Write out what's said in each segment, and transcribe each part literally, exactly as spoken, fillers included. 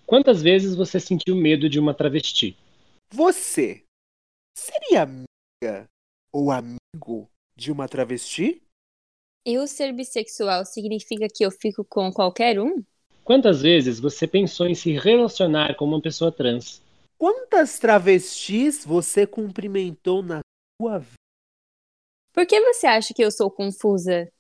Quantas vezes você sentiu medo de uma travesti? Você seria amiga ou amigo de uma travesti? Eu ser bissexual significa que eu fico com qualquer um? Quantas vezes você pensou em se relacionar com uma pessoa trans? Quantas travestis você cumprimentou na sua vida? Por que você acha que eu sou confusa?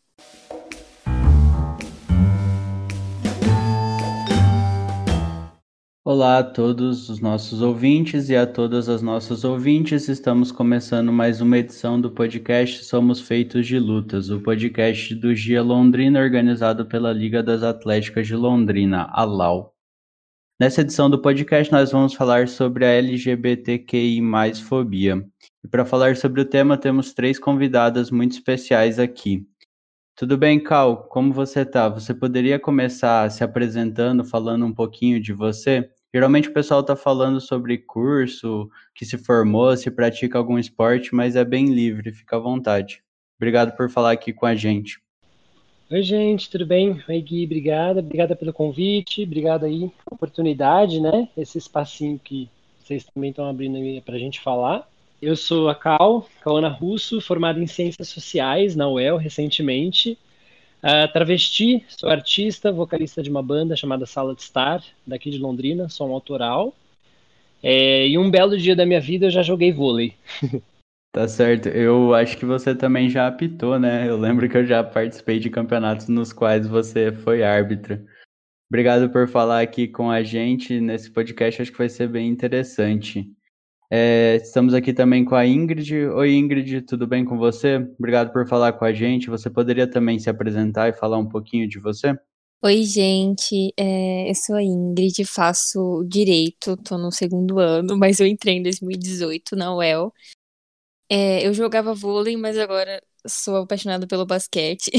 Olá a todos os nossos ouvintes e a todas as nossas ouvintes. Estamos começando mais uma edição do podcast Somos Feitos de Lutas, o podcast do Gia Londrina, organizado pela Liga das Atléticas de Londrina, a L A U. Nessa edição do podcast, nós vamos falar sobre a L G B T Q I mais fobia. E para falar sobre o tema, temos três convidadas muito especiais aqui. Tudo bem, Cal? Como você tá? Você poderia começar se apresentando, falando um pouquinho de você? Geralmente o pessoal tá falando sobre curso, que se formou, se pratica algum esporte, mas é bem livre, fica à vontade. Obrigado por falar aqui com a gente. Oi, gente, tudo bem? Oi, Gui, obrigada. Obrigada pelo convite, obrigado aí pela oportunidade, né? Esse espacinho que vocês também estão abrindo aí pra gente falar. Eu sou a Cal, Cauana Russo, formada em Ciências Sociais na U E L recentemente. Uh, travesti, sou artista, vocalista de uma banda chamada Sala de Estar, daqui de Londrina, som autoral. É, e um belo dia da minha vida eu já joguei vôlei. Tá certo, eu acho que você também já apitou, né? Eu lembro que eu já participei de campeonatos nos quais você foi árbitra. Obrigado por falar aqui com a gente nesse podcast, acho que vai ser bem interessante. É, estamos aqui também com a Ingrid. Oi, Ingrid, tudo bem com você? Obrigado por falar com a gente. Você poderia também se apresentar e falar um pouquinho de você? Oi, gente. É, eu sou a Ingrid, faço direito, tô no segundo ano, mas eu entrei em dois mil e dezoito na U E L. É, eu jogava vôlei, mas agora sou apaixonada pelo basquete.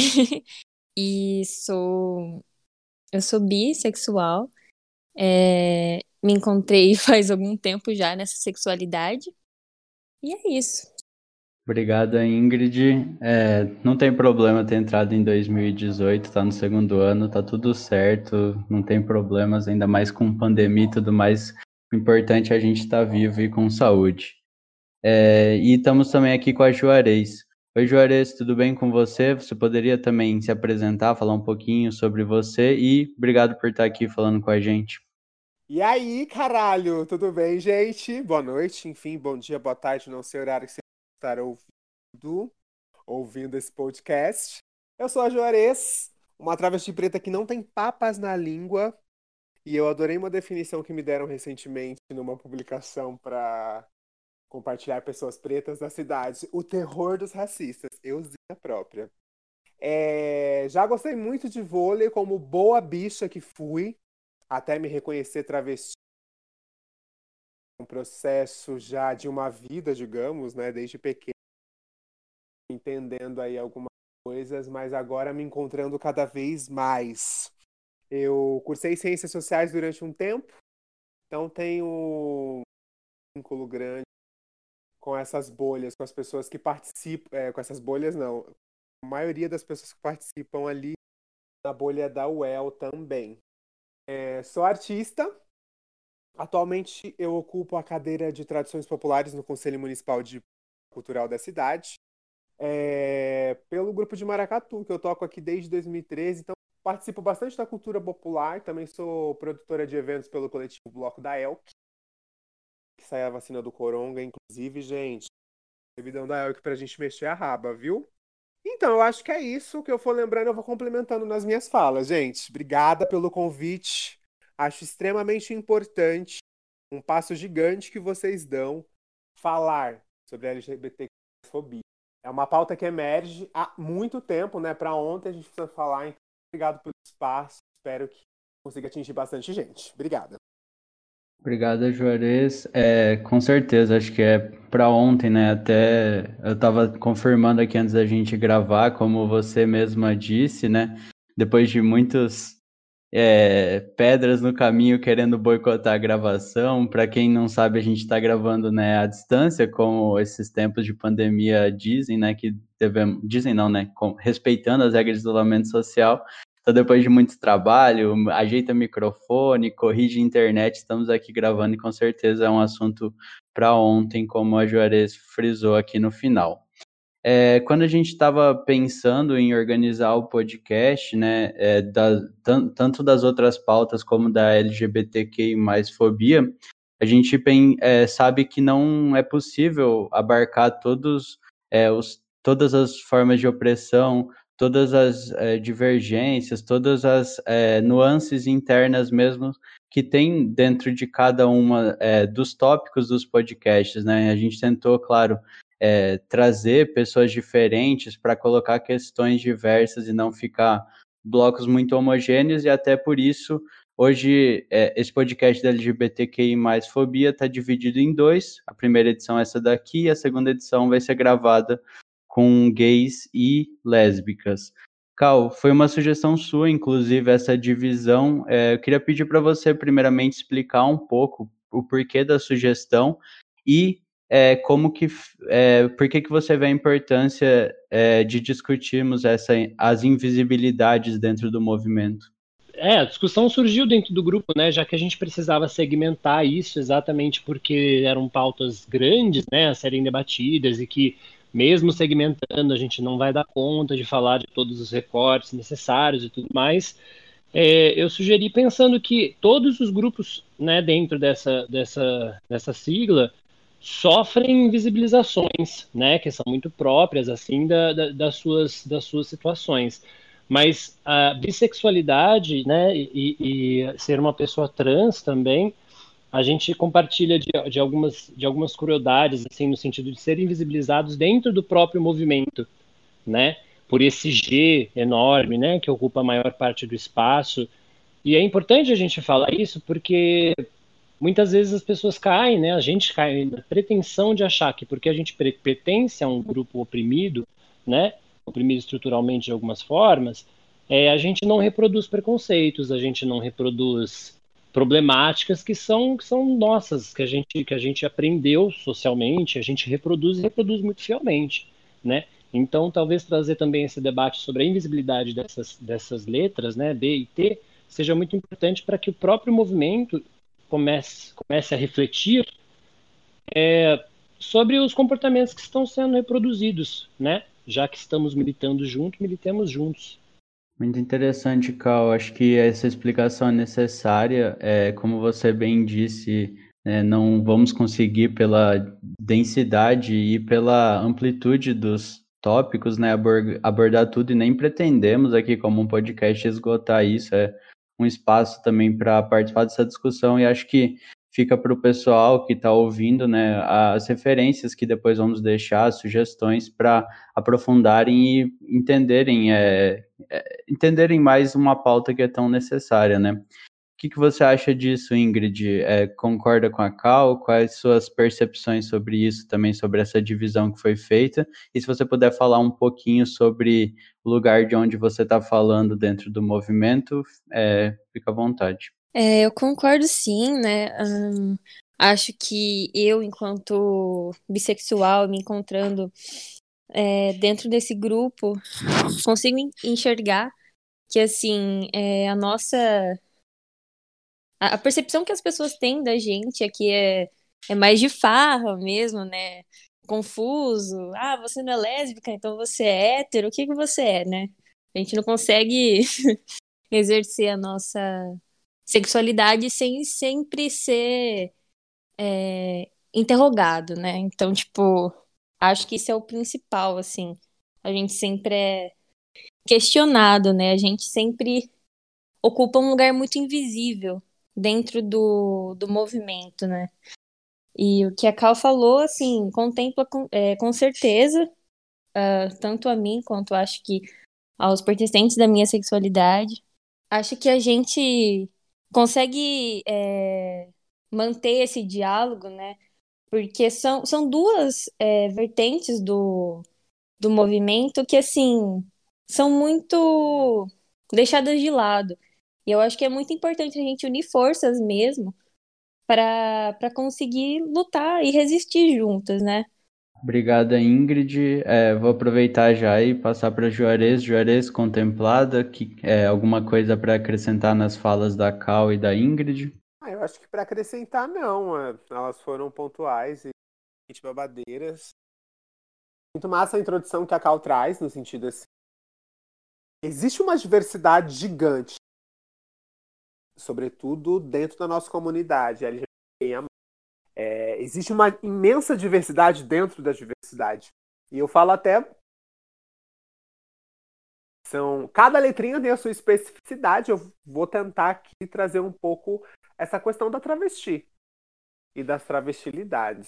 E sou. Eu sou bissexual. É, me encontrei faz algum tempo já nessa sexualidade. E é isso. Obrigado, Ingrid. É, não tem problema ter entrado em dois mil e dezoito, tá no segundo ano, tá tudo certo, não tem problemas, ainda mais com pandemia e tudo mais. O importante é a gente estar vivo e com saúde. É, e estamos também aqui com a Juarez. Oi, Juarez, tudo bem com você? Você poderia também se apresentar, falar um pouquinho sobre você e obrigado por estar aqui falando com a gente. E aí, caralho, tudo bem, gente? Boa noite, enfim, bom dia, boa tarde, não sei o horário que você estar ouvindo, ouvindo esse podcast. Eu sou a Juarez, uma travesti preta que não tem papas na língua, e eu adorei uma definição que me deram recentemente numa publicação para compartilhar pessoas pretas da cidade. O terror dos racistas, euzinha própria. É, já gostei muito de vôlei, como boa bicha que fui, até me reconhecer travesti. Um processo já de uma vida, digamos, né, desde pequeno, entendendo aí algumas coisas, mas agora me encontrando cada vez mais. Eu cursei Ciências Sociais durante um tempo, então tenho um vínculo grande com essas bolhas, com as pessoas que participam, é, com essas bolhas não, a maioria das pessoas que participam ali na bolha da U E L também. É, sou artista, atualmente eu ocupo a cadeira de Tradições Populares no Conselho Municipal de Cultural da cidade, é, pelo grupo de Maracatu, que eu toco aqui desde dois mil e treze, então participo bastante da cultura popular, também sou produtora de eventos pelo coletivo Bloco da Elk, que sai a vacina do Coronga, inclusive, gente, bebidão da Elk pra gente mexer a raba, viu? Então, eu acho que é isso que eu for lembrando, eu vou complementando nas minhas falas, gente. Obrigada pelo convite, acho extremamente importante, um passo gigante que vocês dão, falar sobre a L G B T fobia. É uma pauta que emerge há muito tempo, né? Para ontem a gente precisa falar. Então, obrigado pelo espaço. Espero que consiga atingir bastante gente. Obrigada. Obrigado, Juarez. É, com certeza, acho que é para ontem, né? Até eu estava confirmando aqui antes da gente gravar, como você mesma disse, né? Depois de muitos é, pedras no caminho querendo boicotar a gravação. Para quem não sabe, a gente está gravando, né, à distância, como esses tempos de pandemia dizem, né, que devemos, dizem não, né, com, respeitando as regras de isolamento social. Então, depois de muito trabalho, ajeita microfone, corrige a internet, estamos aqui gravando e com certeza é um assunto para ontem, como a Juarez frisou aqui no final. É, quando a gente estava pensando em organizar o podcast, né, é, da, tanto das outras pautas como da L G B T Q I mais fobia, a gente bem, é, sabe que não é possível abarcar todos, é, os, todas as formas de opressão, todas as é, divergências, todas as é, nuances internas mesmo que tem dentro de cada uma é, dos tópicos dos podcasts, né? A gente tentou, claro, é, trazer pessoas diferentes para colocar questões diversas e não ficar blocos muito homogêneos, e até por isso hoje, é, esse podcast da L G B T Q I mais fobia está dividido em dois. A primeira edição é essa daqui, e a segunda edição vai ser gravada com gays e lésbicas. Cal, foi uma sugestão sua, inclusive, essa divisão. É, eu queria pedir para você, primeiramente, explicar um pouco o porquê da sugestão e é, como que, é, por que que você vê a importância é, de discutirmos essa, as invisibilidades dentro do movimento. É, a discussão surgiu dentro do grupo, né, já que a gente precisava segmentar isso exatamente porque eram pautas grandes, né, a serem debatidas e que, mesmo segmentando, a gente não vai dar conta de falar de todos os recortes necessários e tudo mais. É, eu sugeri pensando que todos os grupos, né, dentro dessa, dessa, dessa sigla sofrem invisibilizações, né, que são muito próprias assim da, da, das, suas, das suas situações. Mas a bissexualidade, né, e, e ser uma pessoa trans também, a gente compartilha de, de, algumas, de algumas crueldades, assim, no sentido de serem invisibilizados dentro do próprio movimento, né, por esse G enorme, né, que ocupa a maior parte do espaço. E é importante a gente falar isso porque muitas vezes as pessoas caem, né, a gente cai na pretensão de achar que porque a gente pertence a um grupo oprimido, né, oprimido estruturalmente de algumas formas, é, a gente não reproduz preconceitos, a gente não reproduz problemáticas que são, que são nossas, que a, gente, que a gente aprendeu socialmente, a gente reproduz e reproduz muito fielmente, né? Então, talvez trazer também esse debate sobre a invisibilidade dessas, dessas letras, né, B e T, seja muito importante para que o próprio movimento comece, comece a refletir é, sobre os comportamentos que estão sendo reproduzidos, né? Já que estamos militando juntos, militemos juntos. Muito interessante, Cal. Acho que essa explicação é necessária. É, como você bem disse, é, não vamos conseguir, pela densidade e pela amplitude dos tópicos, né, abordar tudo, e nem pretendemos aqui, como um podcast, esgotar isso. É um espaço também para participar dessa discussão, e acho que fica para o pessoal que está ouvindo, né, as referências que depois vamos deixar, as sugestões para aprofundarem e entenderem, é, é, entenderem mais uma pauta que é tão necessária, né? O que, que você acha disso, Ingrid? É, concorda com a Cal? Quais suas percepções sobre isso, também sobre essa divisão que foi feita? E se você puder falar um pouquinho sobre o lugar de onde você está falando dentro do movimento, é, fica à vontade. É, eu concordo sim, né? Hum, acho que eu, enquanto bissexual, me encontrando é, dentro desse grupo, consigo enxergar que, assim, é, a nossa... A, a percepção que as pessoas têm da gente aqui é, é mais de farra mesmo, né? Confuso. Ah, você não é lésbica, então você é hétero. O que que você é, né? A gente não consegue exercer a nossa sexualidade sem sempre ser é, interrogado, né? Então, tipo, acho que isso é o principal, assim. A gente sempre é questionado, né? A gente sempre ocupa um lugar muito invisível dentro do, do movimento, né? E o que a Cal falou, assim, contempla com, é, com certeza, uh, tanto a mim quanto acho que aos pertencentes da minha sexualidade. Acho que a gente consegue é, manter esse diálogo, né? Porque são, são duas é, vertentes do, do movimento que, assim, são muito deixadas de lado. E eu acho que é muito importante a gente unir forças mesmo para para conseguir lutar e resistir juntas, né? Obrigada, Ingrid. É, vou aproveitar já e passar para Juarez. Juarez, contemplada, que, é, alguma coisa para acrescentar nas falas da Cal e da Ingrid? Ah, eu acho que para acrescentar, não. é, Elas foram pontuais e gente babadeiras. Muito massa a introdução que a Cal traz, no sentido assim. Existe uma diversidade gigante, sobretudo dentro da nossa comunidade L G B T. É, existe uma imensa diversidade dentro da diversidade. E eu falo até. São, cada letrinha tem a sua especificidade. Eu vou tentar aqui trazer um pouco essa questão da travesti e das travestilidades.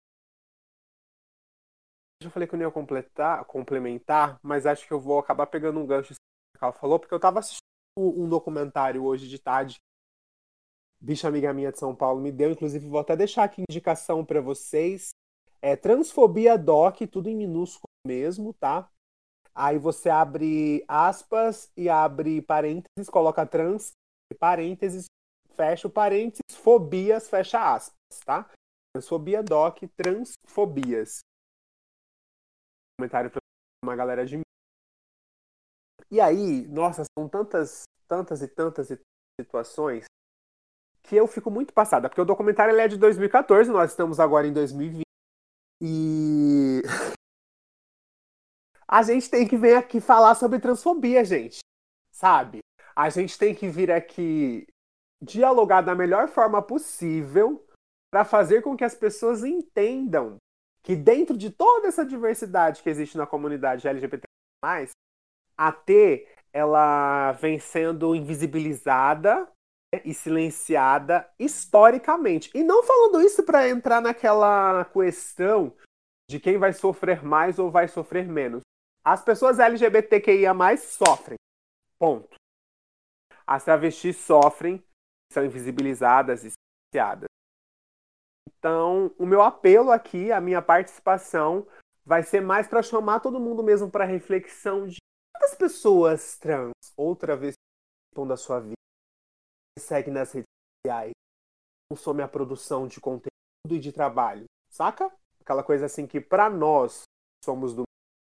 Eu já falei que eu não ia completar, complementar, mas acho que eu vou acabar pegando um gancho que ela falou, porque eu estava assistindo um documentário hoje de tarde. Bicha amiga minha de São Paulo me deu, inclusive vou até deixar aqui indicação para vocês. É Transfobia Doc, tudo em minúsculo mesmo, tá? Aí você abre aspas e abre parênteses, coloca trans, parênteses, fecha o parênteses, fobias, fecha aspas, tá? Transfobia Doc, transfobias. Comentário para uma galera de mim. E aí, nossa, são tantas, tantas e tantas situações que eu fico muito passada, porque o documentário ele é de dois mil e quatorze, nós estamos agora em dois mil e vinte. E a gente tem que vir aqui falar sobre transfobia, gente. Sabe? A gente tem que vir aqui dialogar da melhor forma possível para fazer com que as pessoas entendam que dentro de toda essa diversidade que existe na comunidade L G B T mais, a T ela vem sendo invisibilizada e silenciada historicamente. E não falando isso para entrar naquela questão de quem vai sofrer mais ou vai sofrer menos. As pessoas L G B T Q I A mais, sofrem. Ponto. As travestis sofrem, são invisibilizadas e silenciadas. Então, o meu apelo aqui, a minha participação, vai ser mais para chamar todo mundo mesmo para reflexão de quantas pessoas trans ou travestis da sua vida seguem nas redes sociais, consome a produção de conteúdo e de trabalho, saca? Aquela coisa assim que para nós somos do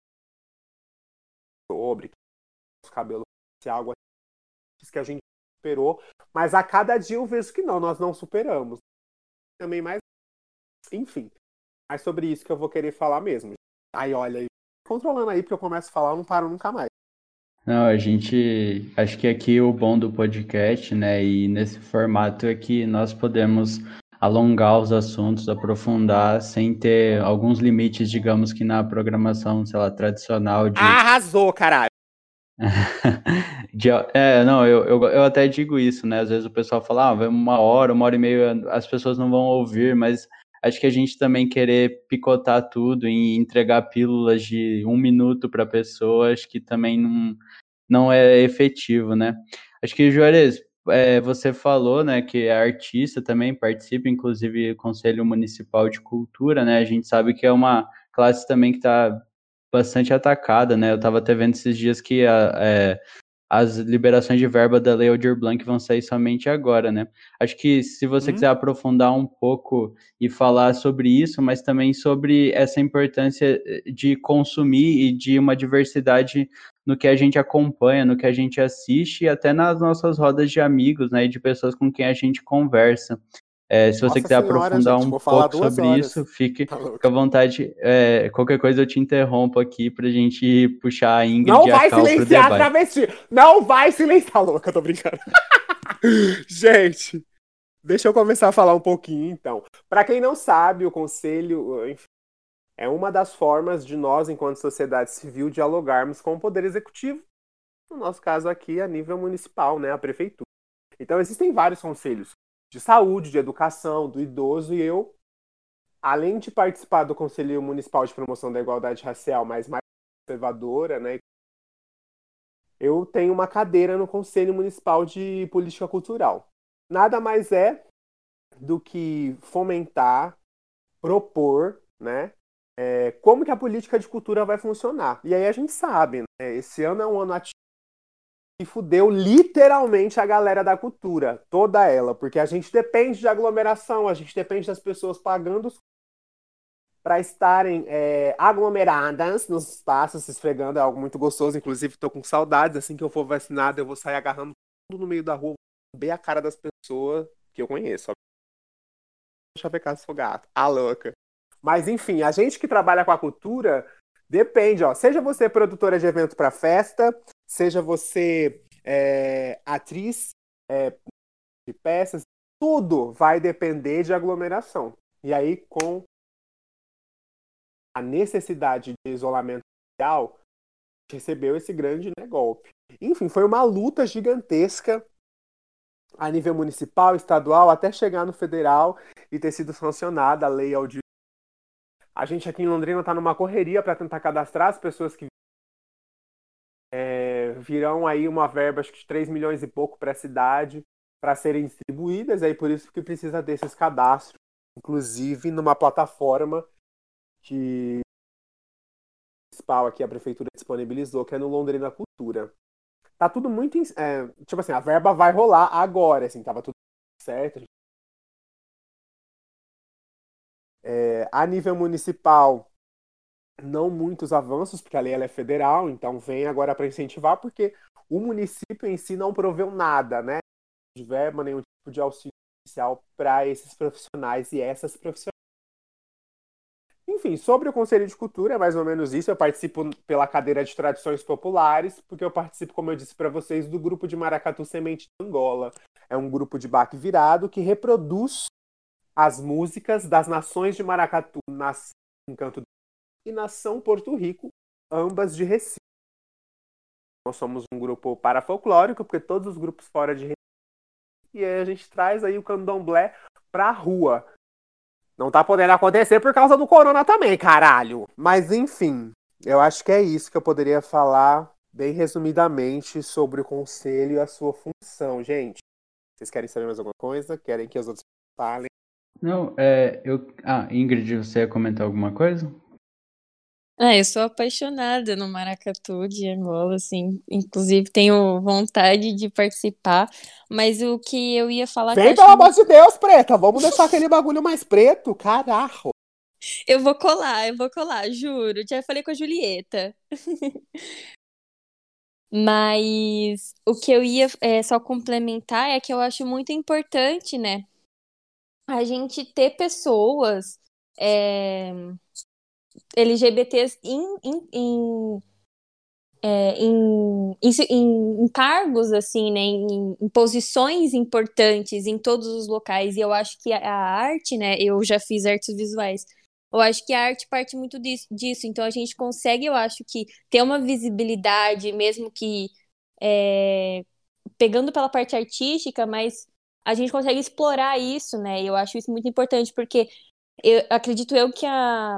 sobre os cabelos algo que a gente superou, mas a cada dia eu vejo que não, nós não superamos. Também mais, enfim, é sobre isso que eu vou querer falar mesmo. Aí olha, controlando aí porque eu começo a falar, eu não paro nunca mais. Não, a gente, acho que aqui o bom do podcast, né, e nesse formato é que nós podemos alongar os assuntos, aprofundar, sem ter alguns limites, digamos que na programação, sei lá, tradicional de... Arrasou, caralho! de, é, não, eu, eu, eu até digo isso, né, às vezes o pessoal fala, ah, vai uma hora, uma hora e meia, as pessoas não vão ouvir, mas acho que a gente também querer picotar tudo e entregar pílulas de um minuto para a pessoa, acho que também não, não é efetivo, né? Acho que, Juarez, é, você falou, né, que é artista também, participa, inclusive, do Conselho Municipal de Cultura, né? A gente sabe que é uma classe também que está bastante atacada, né? Eu estava até vendo esses dias que a, é, as liberações de verba da Lei Aldir Blanc vão sair somente agora, né? Acho que se você hum? quiser aprofundar um pouco e falar sobre isso, mas também sobre essa importância de consumir e de uma diversidade no que a gente acompanha, no que a gente assiste e até nas nossas rodas de amigos, né, e de pessoas com quem a gente conversa. É, se você Nossa quiser senhora, aprofundar gente, um pouco sobre horas. isso, fique, tá fique à vontade. É, qualquer coisa eu te interrompo aqui pra gente puxar a Ingrid Não e a vai Cal silenciar a travesti! Não vai silenciar, louca, tô brincando. Gente, deixa eu começar a falar um pouquinho, então. Pra quem não sabe, o Conselho, enfim, é uma das formas de nós, enquanto sociedade civil, dialogarmos com o Poder Executivo, no nosso caso aqui, a nível municipal, né, a Prefeitura. Então, existem vários conselhos de saúde, de educação, do idoso, e eu, além de participar do Conselho Municipal de Promoção da Igualdade Racial, mas mais conservadora, né, eu tenho uma cadeira no Conselho Municipal de Política Cultural. Nada mais é do que fomentar, propor, né, é, como que a política de cultura vai funcionar. E aí a gente sabe, né, esse ano é um ano ativo que fudeu literalmente a galera da cultura, toda ela, porque a gente depende de aglomeração, a gente depende das pessoas pagando. para estarem é, aglomeradas nos espaços, se esfregando, é algo muito gostoso. Inclusive, estou com saudades. Assim que eu for vacinado, eu vou sair agarrando tudo no meio da rua, ver a cara das pessoas que eu conheço. Chavecar sou gato, a louca. Mas enfim, a gente que trabalha com a cultura depende, ó. Seja você produtora de evento para festa, seja você é, atriz é, de peças, tudo vai depender de aglomeração. E aí, com a necessidade de isolamento social, recebeu esse grande, né, golpe. Enfim, foi uma luta gigantesca a nível municipal, estadual, até chegar no federal e ter sido sancionada a lei audiovisual. A gente aqui em Londrina está numa correria para tentar cadastrar as pessoas que é, virão aí uma verba, acho que de três milhões e pouco para a cidade, para serem distribuídas, aí por isso que precisa desses cadastros, inclusive numa plataforma que aqui a prefeitura disponibilizou, que é no Londrina Cultura. Tá tudo muito... É, tipo assim, a verba vai rolar agora, assim, tava tudo certo. É, a nível municipal, não muitos avanços, porque a lei ela é federal, então vem agora para incentivar, porque o município em si não proveu nada, né? De verba, nenhum tipo de auxílio social para esses profissionais e essas profissionais. Enfim, sobre o Conselho de Cultura, é mais ou menos isso. Eu participo pela cadeira de tradições populares, porque eu participo, como eu disse para vocês, do grupo de Maracatu Semente de Angola. É um grupo de baque virado que reproduz as músicas das nações de Maracatu, nação Encanto do e nação Porto Rico, ambas de Recife. Nós somos um grupo parafolclórico, porque todos os grupos fora de Recife, e aí a gente traz aí o candomblé pra rua. Não tá podendo acontecer por causa do corona também, caralho. Mas enfim, eu acho que é isso que eu poderia falar bem resumidamente sobre o conselho e a sua função, gente. Vocês querem saber mais alguma coisa? Querem que os outros falem? Não, é, eu... Ah, Ingrid, você ia comentar alguma coisa? Ah, eu sou apaixonada no Maracatu de Angola, assim. Inclusive, tenho vontade de participar. Mas o que eu ia falar que eu Vem, acho pelo amor muito... de Deus, preta! Vamos deixar aquele bagulho mais preto, caralho! Eu vou colar, eu vou colar, juro. Já falei com a Julieta. Mas o que eu ia é, só complementar é que eu acho muito importante, né? A gente ter pessoas é, L G B Ts em, em, em, é, em, em, em cargos, assim, né? Em, em posições importantes em todos os locais. E eu acho que a, a arte, né? Eu já fiz artes visuais. Eu acho que a arte parte muito disso, disso. Então a gente consegue, eu acho que, ter uma visibilidade, mesmo que é, pegando pela parte artística, mas a gente consegue explorar isso, né? E eu acho isso muito importante, porque eu acredito eu que a.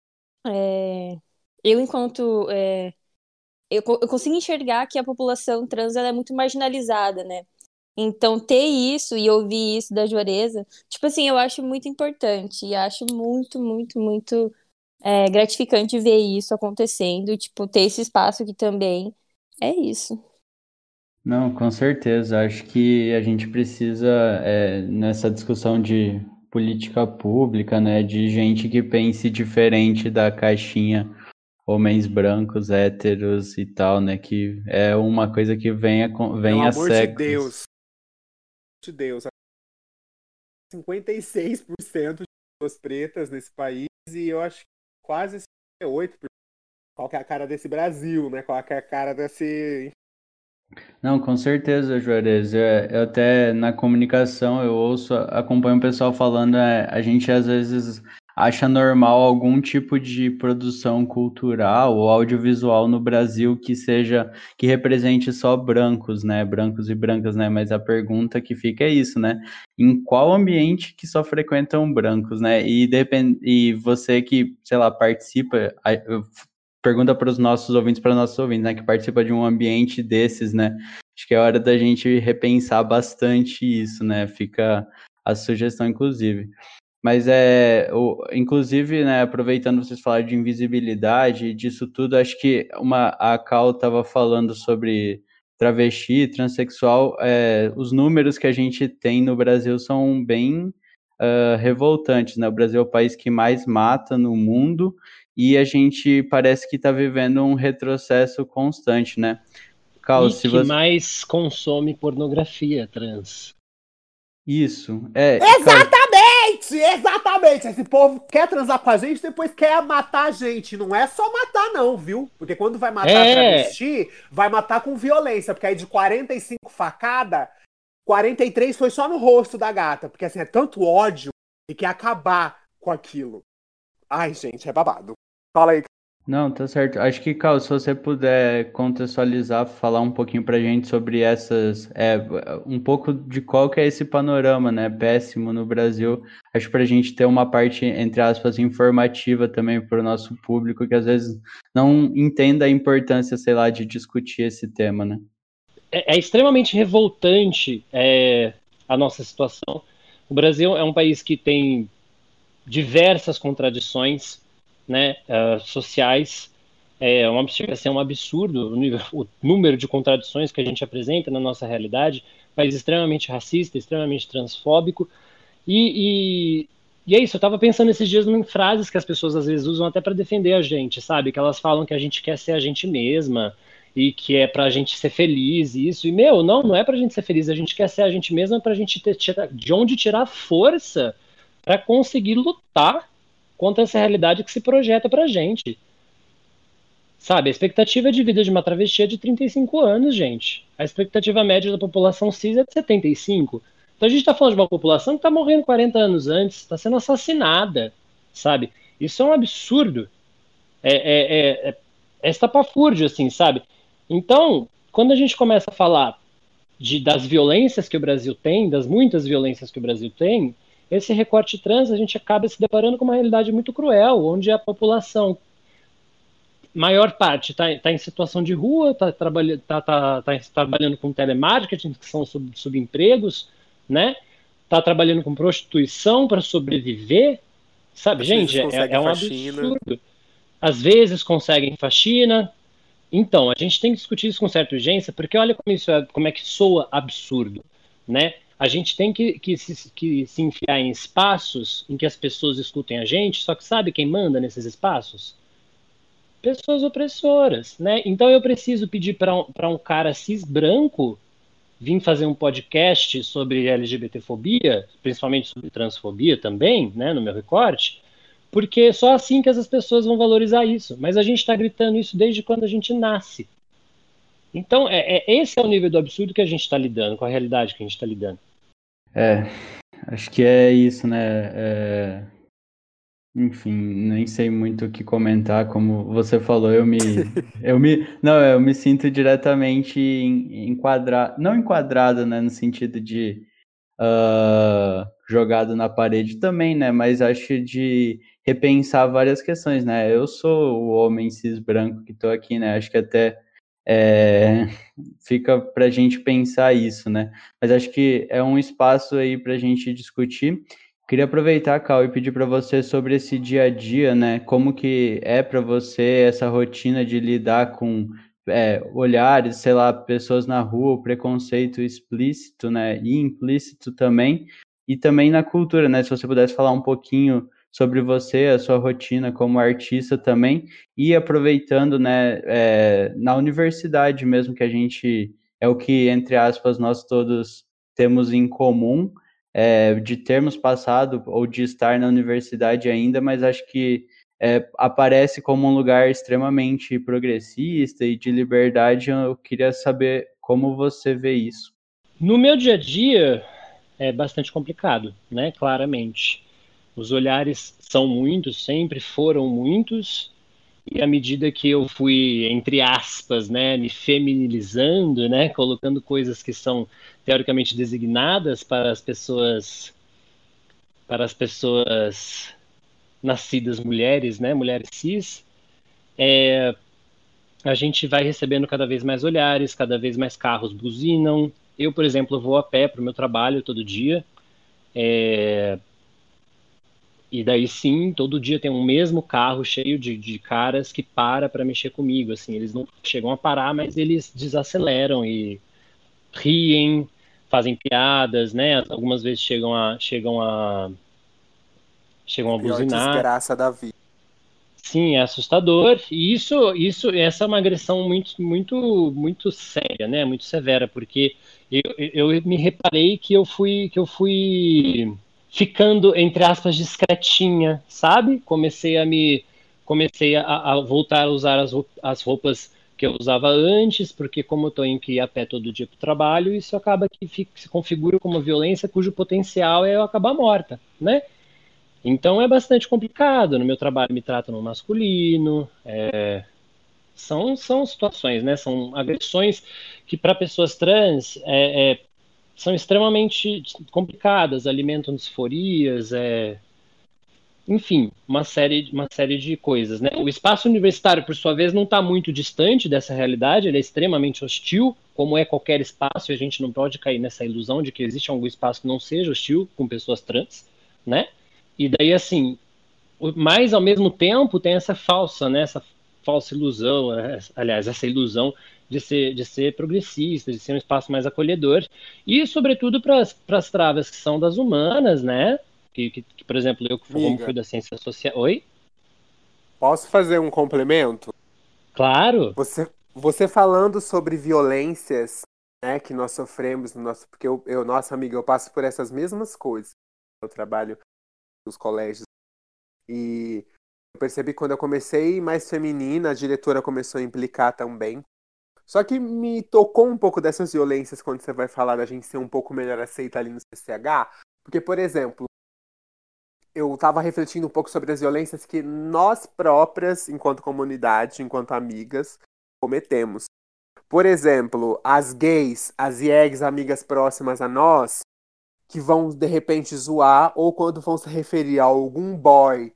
é, eu, enquanto. é, eu, co- eu consigo enxergar que a população trans ela é muito marginalizada, né? Então, ter isso e ouvir isso da Juareza, tipo assim, eu acho muito importante. E acho muito, muito, muito é, gratificante ver isso acontecendo. Tipo, ter esse espaço aqui também. É isso. Não, com certeza. Acho que a gente precisa, é, nessa discussão de política pública, né, de gente que pense diferente da caixinha homens brancos, héteros e tal, né, que é uma coisa que vem a, Pelo vem há amor de séculos. Deus. De Deus. cinquenta e seis por cento de pessoas pretas nesse país e eu acho que quase cinquenta e oito por cento. Qual que é a cara desse Brasil, né? Qual que é a cara desse... Não, com certeza, Juarez. Eu, eu até na comunicação eu ouço, acompanho o pessoal falando, é, a gente às vezes acha normal algum tipo de produção cultural ou audiovisual no Brasil que seja, que represente só brancos, né? Brancos e brancas, né? Mas a pergunta que fica é isso, né? Em qual ambiente que só frequentam brancos, né? E, depend... e você que, sei lá, participa, a- eu- pergunta para os nossos ouvintes, para nossos ouvintes, né? Que participa de um ambiente desses, né? Acho que é hora da gente repensar bastante isso, né? Fica a sugestão, inclusive. Mas é, o, inclusive, né, aproveitando vocês falaram de invisibilidade, disso tudo, acho que uma, a Cal estava falando sobre travesti, transexual, é, os números que a gente tem no Brasil são bem uh, revoltantes, né? O Brasil é o país que mais mata no mundo e a gente parece que está vivendo um retrocesso constante, né? Cal, E se que você... mais consome pornografia trans. Isso, é... Cal... Exatamente! Exatamente! Esse povo quer transar com a gente, depois quer matar a gente. Não é só matar, não, viu? Porque quando vai matar É. travesti, vai matar com violência. Porque aí de quarenta e cinco facadas, quarenta e três foi só no rosto da gata. Porque assim, é tanto ódio e quer acabar com aquilo. Ai, gente, é babado. Fala aí. Não, tá certo. Acho que, Cal, se você puder contextualizar, falar um pouquinho pra gente sobre essas, é, um pouco de qual que é esse panorama, né, péssimo no Brasil. Acho pra gente ter uma parte, entre aspas, informativa também pro nosso público, que às vezes não entenda a importância, sei lá, de discutir esse tema, né? É, é extremamente revoltante é, a nossa situação. O Brasil é um país que tem diversas contradições, né, uh, sociais. É, uma, chega a ser um absurdo o, nível, o número de contradições que a gente apresenta na nossa realidade. País extremamente racista, extremamente transfóbico. E, e, e é isso, eu estava pensando esses dias em frases que as pessoas às vezes usam até para defender a gente, sabe? Que elas falam que a gente quer ser a gente mesma e que é pra gente ser feliz e isso. E, meu, não, não é pra gente ser feliz, a gente quer ser a gente mesma pra gente ter, tirar, de onde tirar força para conseguir lutar contra essa realidade que se projeta pra gente. Sabe, a expectativa de vida de uma travesti é de trinta e cinco anos, gente. A expectativa média da população cis é de setenta e cinco. Então a gente está falando de uma população que está morrendo quarenta anos antes, está sendo assassinada, sabe? Isso é um absurdo. É, é, é, é, é estapafúrdio, assim, sabe? Então, quando a gente começa a falar de, das violências que o Brasil tem, das muitas violências que o Brasil tem, esse recorte trans, a gente acaba se deparando com uma realidade muito cruel, onde a população maior parte está tá em situação de rua, está trabalha, tá, tá, tá trabalhando com telemarketing, que são sub, subempregos, né? Está trabalhando com prostituição para sobreviver, sabe? Às Gente, vezes é, é um faxina. absurdo. Às vezes conseguem faxina. Então, a gente tem que discutir isso com certa urgência, porque olha como, isso é, como é que soa absurdo, né? A gente tem que, que, se, que se enfiar em espaços em que as pessoas escutem a gente, só que sabe quem manda nesses espaços? Pessoas opressoras, né? Então eu preciso pedir para um, para um cara cis branco vir fazer um podcast sobre LGBTfobia, principalmente sobre transfobia também, né, no meu recorte, porque é só assim que essas pessoas vão valorizar isso. Mas a gente está gritando isso desde quando a gente nasce. Então, é, é, esse é o nível do absurdo que a gente está lidando, com a realidade que a gente está lidando. É, acho que é isso, né? É... Enfim, nem sei muito o que comentar, como você falou, eu me, eu me, não, eu me sinto diretamente enquadrado, não enquadrado, né, no sentido de uh, jogado na parede também, né, mas acho de repensar várias questões, né, eu sou o homem cis branco que tô aqui, né, acho que até é, fica pra gente pensar isso, né, mas acho que é um espaço aí pra gente discutir. Queria aproveitar, Cal, e pedir para você sobre esse dia a dia, né? Como que é para você essa rotina de lidar com é, olhares, sei lá, pessoas na rua, o preconceito explícito, né? E implícito também, e também na cultura, né? Se você pudesse falar um pouquinho sobre você, a sua rotina como artista também, e aproveitando, né, é, na universidade mesmo, que a gente é o que, entre aspas, nós todos temos em comum. É, de termos passado ou de estar na universidade ainda, mas acho que é, aparece como um lugar extremamente progressista e de liberdade. Eu queria saber como você vê isso. No meu dia a dia é bastante complicado, né? Claramente. Os olhares são muitos, sempre foram muitos, e à medida que eu fui, entre aspas, né, me feminilizando, né, colocando coisas que são teoricamente designadas para as pessoas, para as pessoas nascidas mulheres, né, mulheres cis, é, a gente vai recebendo cada vez mais olhares, cada vez mais carros buzinam. Eu, por exemplo, vou a pé para o meu trabalho todo dia. É, E daí sim, todo dia tem um mesmo carro cheio de, de caras que para para mexer comigo, assim, eles não chegam a parar, mas eles desaceleram e riem, fazem piadas, né? Algumas vezes chegam a chegam a, chegam a Pior buzinar. desgraça da vida. Sim, é assustador. E isso, isso, essa é uma agressão muito, muito, muito séria, né? Muito severa, porque eu, eu me reparei que eu fui, que eu fui ficando, entre aspas, discretinha, sabe? Comecei a me, comecei a, a voltar a usar as, as roupas que eu usava antes, porque como eu tenho que ir a pé todo dia para o trabalho, isso acaba que fica, se configura como uma violência cujo potencial é eu acabar morta, né? Então é bastante complicado. No meu trabalho me tratam no masculino. É, são, são situações, né? São agressões que para pessoas trans é, é, são extremamente complicadas, alimentam disforias, é, enfim, uma série, uma série de coisas, né? O espaço universitário, por sua vez, não está muito distante dessa realidade, ele é extremamente hostil, como é qualquer espaço, e a gente não pode cair nessa ilusão de que existe algum espaço que não seja hostil com pessoas trans, né? E daí, assim, mas ao mesmo tempo tem essa falsa, né, essa falsa ilusão, aliás, essa ilusão de ser, de ser progressista, de ser um espaço mais acolhedor, e sobretudo para as travas que são das humanas, né, que, que, que por exemplo, eu como fui Amiga, da ciência social... Oi? posso fazer um complemento? Claro, Você, você falando sobre violências, né, que nós sofremos no nosso, porque eu, eu, nossa amiga, eu passo por essas mesmas coisas. Eu trabalho nos colégios e eu percebi que quando eu comecei mais feminina, a diretora começou a implicar também. Só que me tocou um pouco dessas violências quando você vai falar da gente ser um pouco melhor aceita ali no C C H, porque, por exemplo, eu estava refletindo um pouco sobre as violências que nós próprias, enquanto comunidade, enquanto amigas, cometemos. Por exemplo, as gays, as iegs, amigas próximas a nós, que vão de repente zoar, ou quando vão se referir a algum boy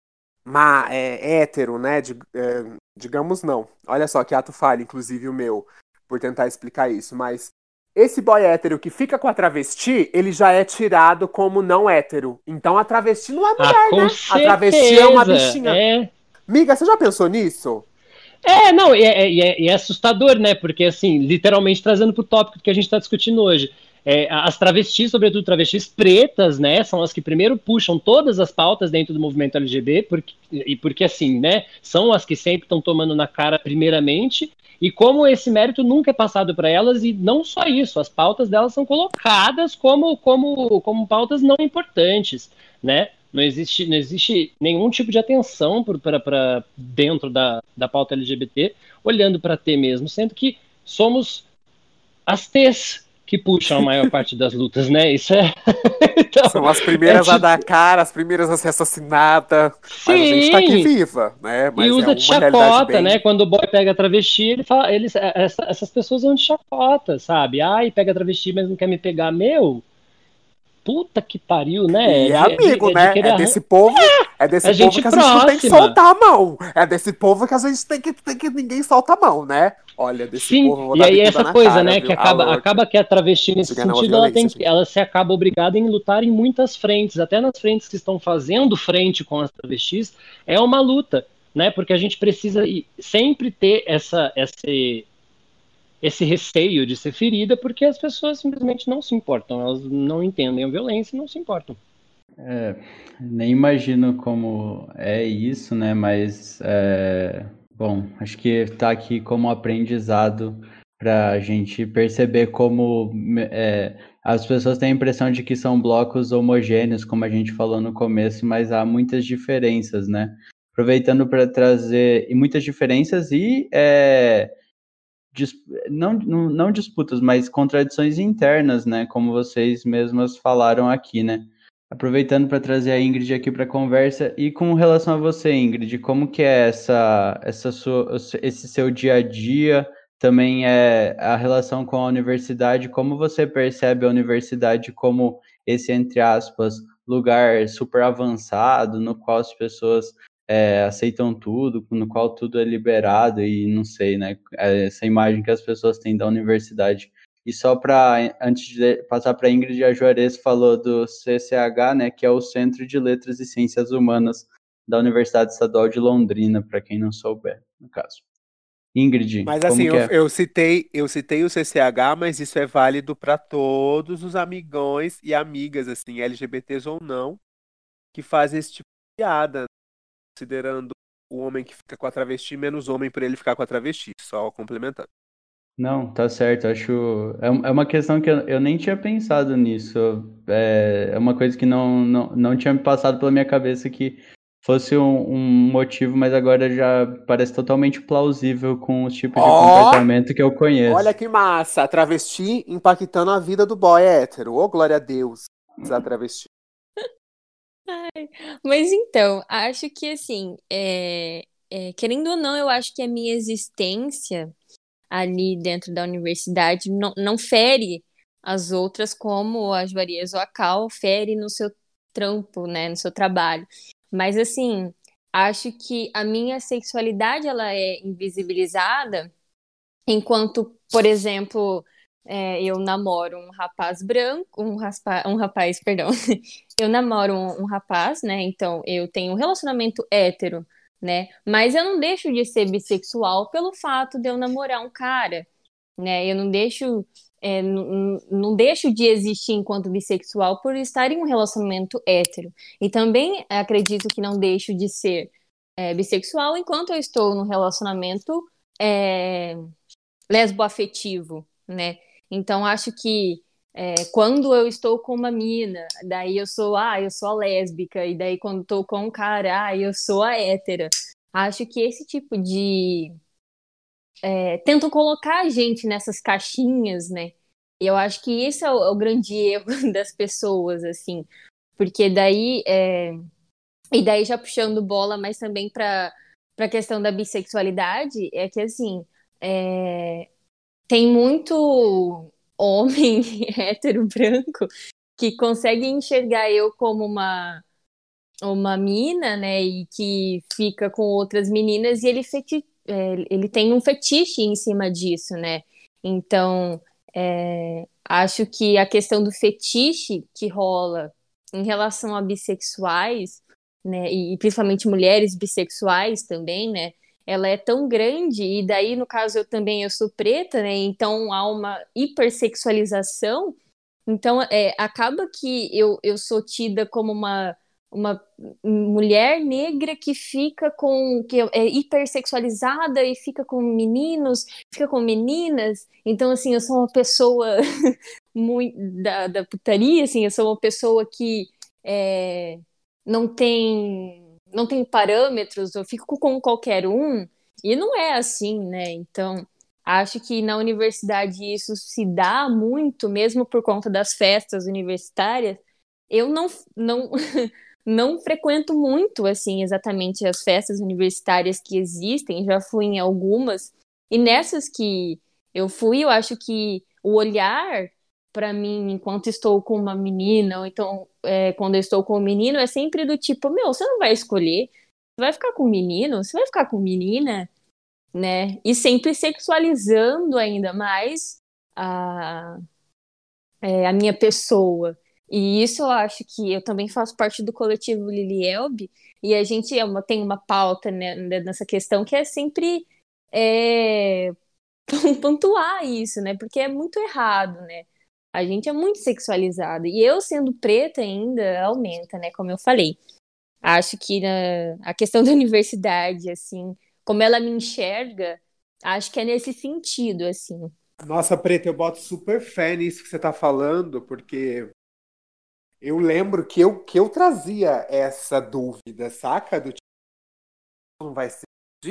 ma, é, hétero, né? De, é, digamos não. Olha só que ato falho, inclusive o meu, por tentar explicar isso. Mas esse boy hétero que fica com a travesti, ele já é tirado como não hétero. Então a travesti não é ah, mulher, com né? A travesti é uma certeza, bichinha. é... Miga, você já pensou nisso? É, não, e é, e é, e é assustador, né? Porque, assim, literalmente trazendo para o tópico que a gente está discutindo hoje. É, as travestis, sobretudo travestis pretas, né, são as que primeiro puxam todas as pautas dentro do movimento L G B, porque, e porque, assim, né, são as que sempre estão tomando na cara primeiramente, e como esse mérito nunca é passado para elas, e não só isso, as pautas delas são colocadas como, como, como pautas não importantes, né? Não existe, não existe nenhum tipo de atenção para dentro da, da pauta L G B T, olhando para T mesmo, sendo que somos as T's que puxam a maior parte das lutas, né? Isso é. Então, São as é primeiras a tipo... dar cara, as primeiras a ser assassinadas. Mas a gente tá aqui Sim! viva, né? E Mas é usa de uma realidade chacota, né? bem. Quando o boy pega a travesti, ele fala. Eles, essa, essas pessoas são de chacota, sabe? Ai, pega a travesti, mas não quer me pegar. Meu, puta que pariu, né? É E é de, é de, amigo, é de né? querer É arran... desse povo, é É desse povo gente que a gente não tem que próxima. soltar a mão. É desse povo que a gente tem que, tem que ninguém solta a mão, né? Olha, desse Sim, povo eu vou e dar aí bicuda essa na coisa, cara, né, que viu? A acaba, louca. acaba que a travesti nesse Diga não à sentido, ela tem, violência, gente. ela se acaba obrigada em lutar em muitas frentes, até nas frentes que estão fazendo frente com as travestis, é uma luta, né, porque a gente precisa sempre ter essa, esse, esse receio de ser ferida, porque as pessoas simplesmente não se importam, elas não entendem a violência e não se importam. É, nem imagino como é isso, né? Mas, é, bom, acho que está aqui como aprendizado para a gente perceber como é, as pessoas têm a impressão de que são blocos homogêneos, como a gente falou no começo, mas há muitas diferenças, né? Aproveitando para trazer, e muitas diferenças e é, dis, não, não, não disputas, mas contradições internas, né? Como vocês mesmas falaram aqui, né? Aproveitando para trazer a Ingrid aqui para a conversa e com relação a você, Ingrid, como que é essa, essa sua, esse seu dia a dia, também é a relação com a universidade, como você percebe a universidade como esse, entre aspas, lugar super avançado, no qual as pessoas é, aceitam tudo, no qual tudo é liberado e não sei, né, essa imagem que as pessoas têm da universidade. E só para, antes de passar para a Ingrid, a Juarez falou do C C H, né, que é o Centro de Letras e Ciências Humanas da Universidade Estadual de Londrina, para quem não souber, no caso. Ingrid, Mas assim, como que eu, é? eu citei, eu citei o C C H, mas isso é válido para todos os amigões e amigas, assim, L G B Ts ou não, que fazem esse tipo de piada, considerando o homem que fica com a travesti menos homem por ele ficar com a travesti, só complementando. Não, tá certo. Acho. É um- é uma questão que eu, eu nem tinha pensado nisso. É, é uma coisa que não, não, não tinha me passado pela minha cabeça que fosse um, um motivo, mas agora já parece totalmente plausível com os tipos de Ó, comportamento que eu olha conheço. que massa, a travesti impactando a vida do boy hétero. Ô, glória a Deus, a travesti. Mas então, acho que assim, é, é, querendo ou não, eu acho que a minha existência ali dentro da universidade não, não fere as outras como a Juarez ou a Cal fere no seu trampo, né, no seu trabalho. Mas assim, acho que a minha sexualidade ela é invisibilizada enquanto, por exemplo, é, eu namoro um rapaz branco, um, raspa, um rapaz, perdão, eu namoro um, um rapaz, né? Então eu tenho um relacionamento hétero, né? Mas eu não deixo de ser bissexual pelo fato de eu namorar um cara, né? Eu não deixo, é, não, não deixo de existir enquanto bissexual por estar em um relacionamento hétero. E também acredito que não deixo de ser é, bissexual enquanto eu estou num relacionamento é, lesboafetivo, né? Então acho que é, quando eu estou com uma mina, daí eu sou, ah, eu sou a lésbica, e daí quando estou com um cara, ah, eu sou a hétera. Acho que esse tipo de é, tentam colocar a gente nessas caixinhas, né? E eu acho que esse é o, é o grande erro das pessoas, assim, porque daí é, e daí já puxando bola, mas também para para a questão da bissexualidade, é que assim é, tem muito homem hétero branco que consegue enxergar eu como uma uma mina, né, e que fica com outras meninas e ele feti é, ele tem um fetiche em cima disso, né? Então, é, acho que a questão do fetiche que rola em relação a bissexuais, né, e, e principalmente mulheres bissexuais também, né? Ela é tão grande e daí no caso eu também eu sou preta, né? Então há uma hipersexualização. Então é, acaba que eu, eu sou tida como uma uma mulher negra que fica com que é hipersexualizada e fica com meninos, fica com meninas. Então assim, eu sou uma pessoa muito da, da putaria, assim, eu sou uma pessoa que é, não tem não tem parâmetros, eu fico com qualquer um e não é assim, né? Então acho que na universidade isso se dá muito, mesmo por conta das festas universitárias. Eu não, não não frequento muito, assim, exatamente as festas universitárias que existem, já fui em algumas, e nessas que eu fui, eu acho que o olhar para mim enquanto estou com uma menina, ou então é, quando eu estou com um menino, é sempre do tipo, meu, você não vai escolher, você vai ficar com um menino, você vai ficar com menina, né? E sempre sexualizando ainda mais a, é, a minha pessoa. E isso eu acho que eu também faço parte do coletivo Lili Elbe, e a gente é uma, tem uma pauta, né, nessa questão que é sempre é, pontuar isso, né? Porque é muito errado, né? A gente é muito sexualizado. E eu, sendo preta ainda, aumenta, né? Como eu falei. Acho que na, a questão da universidade, assim, como ela me enxerga, acho que é nesse sentido, assim. Nossa, Preta, eu boto super fé nisso que você tá falando, porque eu lembro que eu, que eu trazia essa dúvida, saca? Do tipo, não vai ser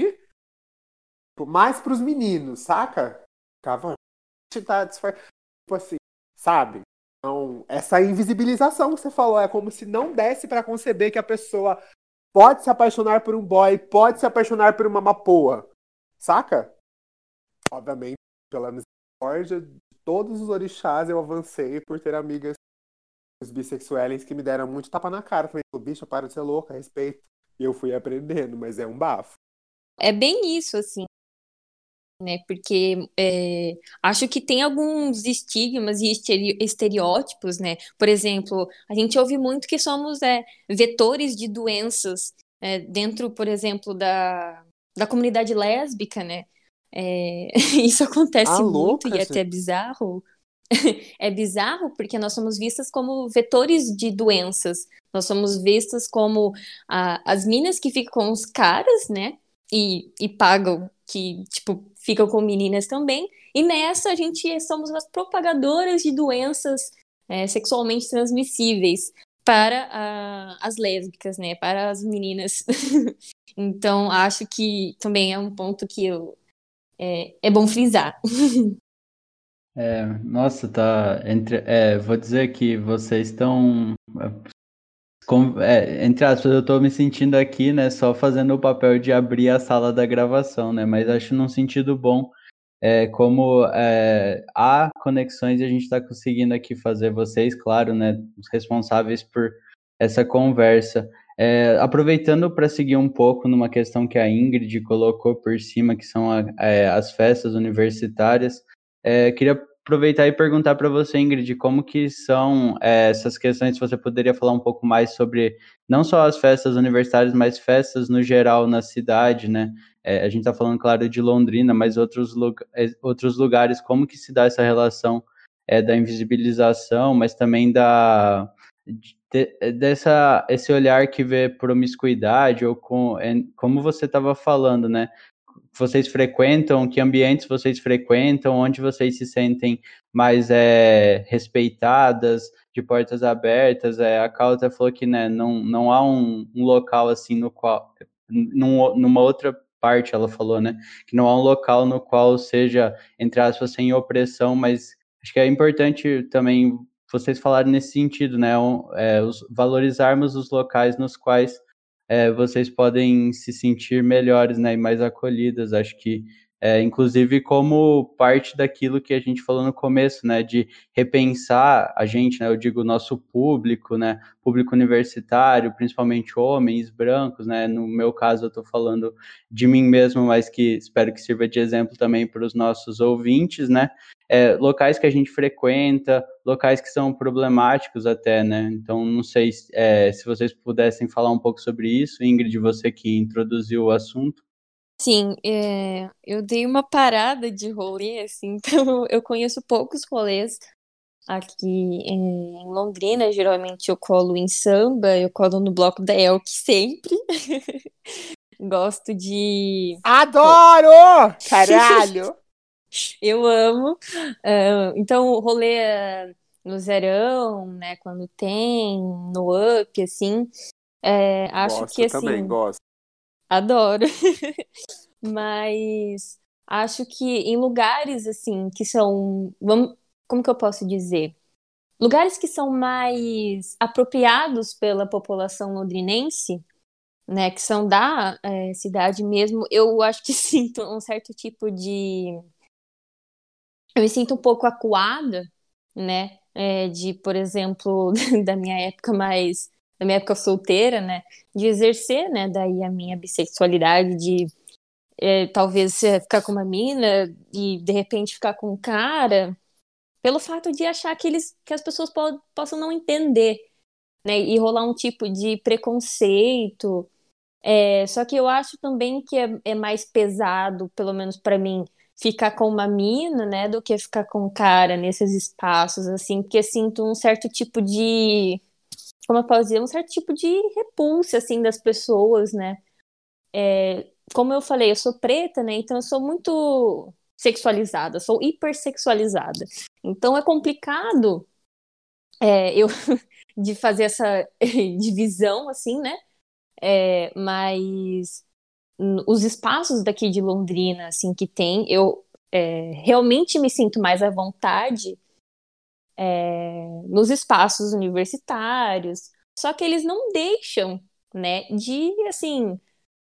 mais pros meninos, saca? Ficava, tá disfar... tipo assim, sabe? Então, essa invisibilização que você falou é como se não desse pra conceber que a pessoa pode se apaixonar por um boy, pode se apaixonar por uma mapoa, saca? Obviamente, pela misericórdia de todos os orixás, eu avancei por ter amigas bissexuais que me deram muito tapa na cara. Falei, bicho, para de ser louca, respeito. E eu fui aprendendo, mas é um bafo. É bem isso, assim, né? Porque é, acho que tem alguns estigmas e estere- estereótipos, né? Por exemplo, a gente ouve muito que somos é, vetores de doenças é, dentro, por exemplo, da, da comunidade lésbica, né? É, isso Ah, acontece muito e louca, é gente. até bizarro. é bizarro porque nós somos vistas como vetores de doenças. Nós somos vistas como a, as minas que ficam com os caras, né? E, e pagam, que, tipo, ficam com meninas também. E nessa a gente somos as propagadoras de doenças é, sexualmente transmissíveis para a, as lésbicas, né? Para as meninas. Então, acho que também é um ponto que eu, é, é bom frisar. É, nossa, tá. Entre, é, vou dizer que vocês estão. Com- é, entre aspas, eu tô me sentindo aqui, né, só fazendo o papel de abrir a sala da gravação, né, mas acho num sentido bom, é, como é, há conexões e a gente está conseguindo aqui fazer vocês, claro, né, os responsáveis por essa conversa. É, aproveitando para seguir um pouco numa questão que a Ingrid colocou por cima, que são a- é, as festas universitárias, é, queria aproveitar e perguntar para você, Ingrid, como que são é, essas questões, se você poderia falar um pouco mais sobre não só as festas universitárias, mas festas no geral na cidade, né? É, a gente está falando, claro, de Londrina, mas outros, lugar, outros lugares, como que se dá essa relação é, da invisibilização, mas também da de, dessa esse olhar que vê promiscuidade ou com, é, como você estava falando, né? Vocês frequentam, que ambientes vocês frequentam, onde vocês se sentem mais é, respeitadas, de portas abertas. É, a Carla até falou que né, não, não há um, um local assim no qual, num, numa outra parte ela falou, né, que não há um local no qual seja, entre aspas, sem opressão, mas acho que é importante também vocês falarem nesse sentido, né, é, os, valorizarmos os locais nos quais é, vocês podem se sentir melhores, né, e mais acolhidas. Acho que, é, inclusive, como parte daquilo que a gente falou no começo, né, de repensar a gente, né, eu digo nosso público, né, público universitário, principalmente homens brancos, né, no meu caso eu estou falando de mim mesmo, mas que espero que sirva de exemplo também para os nossos ouvintes, né, é, locais que a gente frequenta, locais que são problemáticos até, né? Então, não sei é, se vocês pudessem falar um pouco sobre isso. Ingrid, você que introduziu o assunto. Sim, é, eu dei uma parada de rolê, assim, então eu conheço poucos rolês aqui em Londrina. Geralmente eu colo em samba, eu colo no Bloco da Elk sempre. Gosto de... Adoro! Caralho! Eu amo. Ah, então, o rolê ah, no Zerão, né, quando tem, no Up, assim, é, acho que, Gosto também, assim, gosto. adoro. Mas acho que em lugares, assim, que são, vamos, como que eu posso dizer? Lugares que são mais apropriados pela população londrinense, né, que são da é, cidade mesmo, eu acho que sinto um certo tipo de... Eu me sinto um pouco acuada, né, é, de, por exemplo, da minha época mais... da minha época solteira, né, de exercer, né, daí a minha bissexualidade, de é, talvez é, ficar com uma mina e de repente ficar com um cara, pelo fato de achar que, eles, que as pessoas po possam não entender, né, e rolar um tipo de preconceito. É, só que eu acho também que é, é mais pesado, pelo menos para mim, ficar com uma mina, né, do que ficar com um cara nesses espaços, assim, porque sinto um certo tipo de, como eu posso dizer, um certo tipo de repulsa, assim, das pessoas, né. É, como eu falei, eu sou preta, né, então eu sou muito sexualizada, sou hipersexualizada. Então é complicado é, eu de fazer essa divisão, assim, né, é, mas os espaços daqui de Londrina, assim, que tem, eu é, realmente me sinto mais à vontade é, nos espaços universitários, só que eles não deixam, né, de, assim,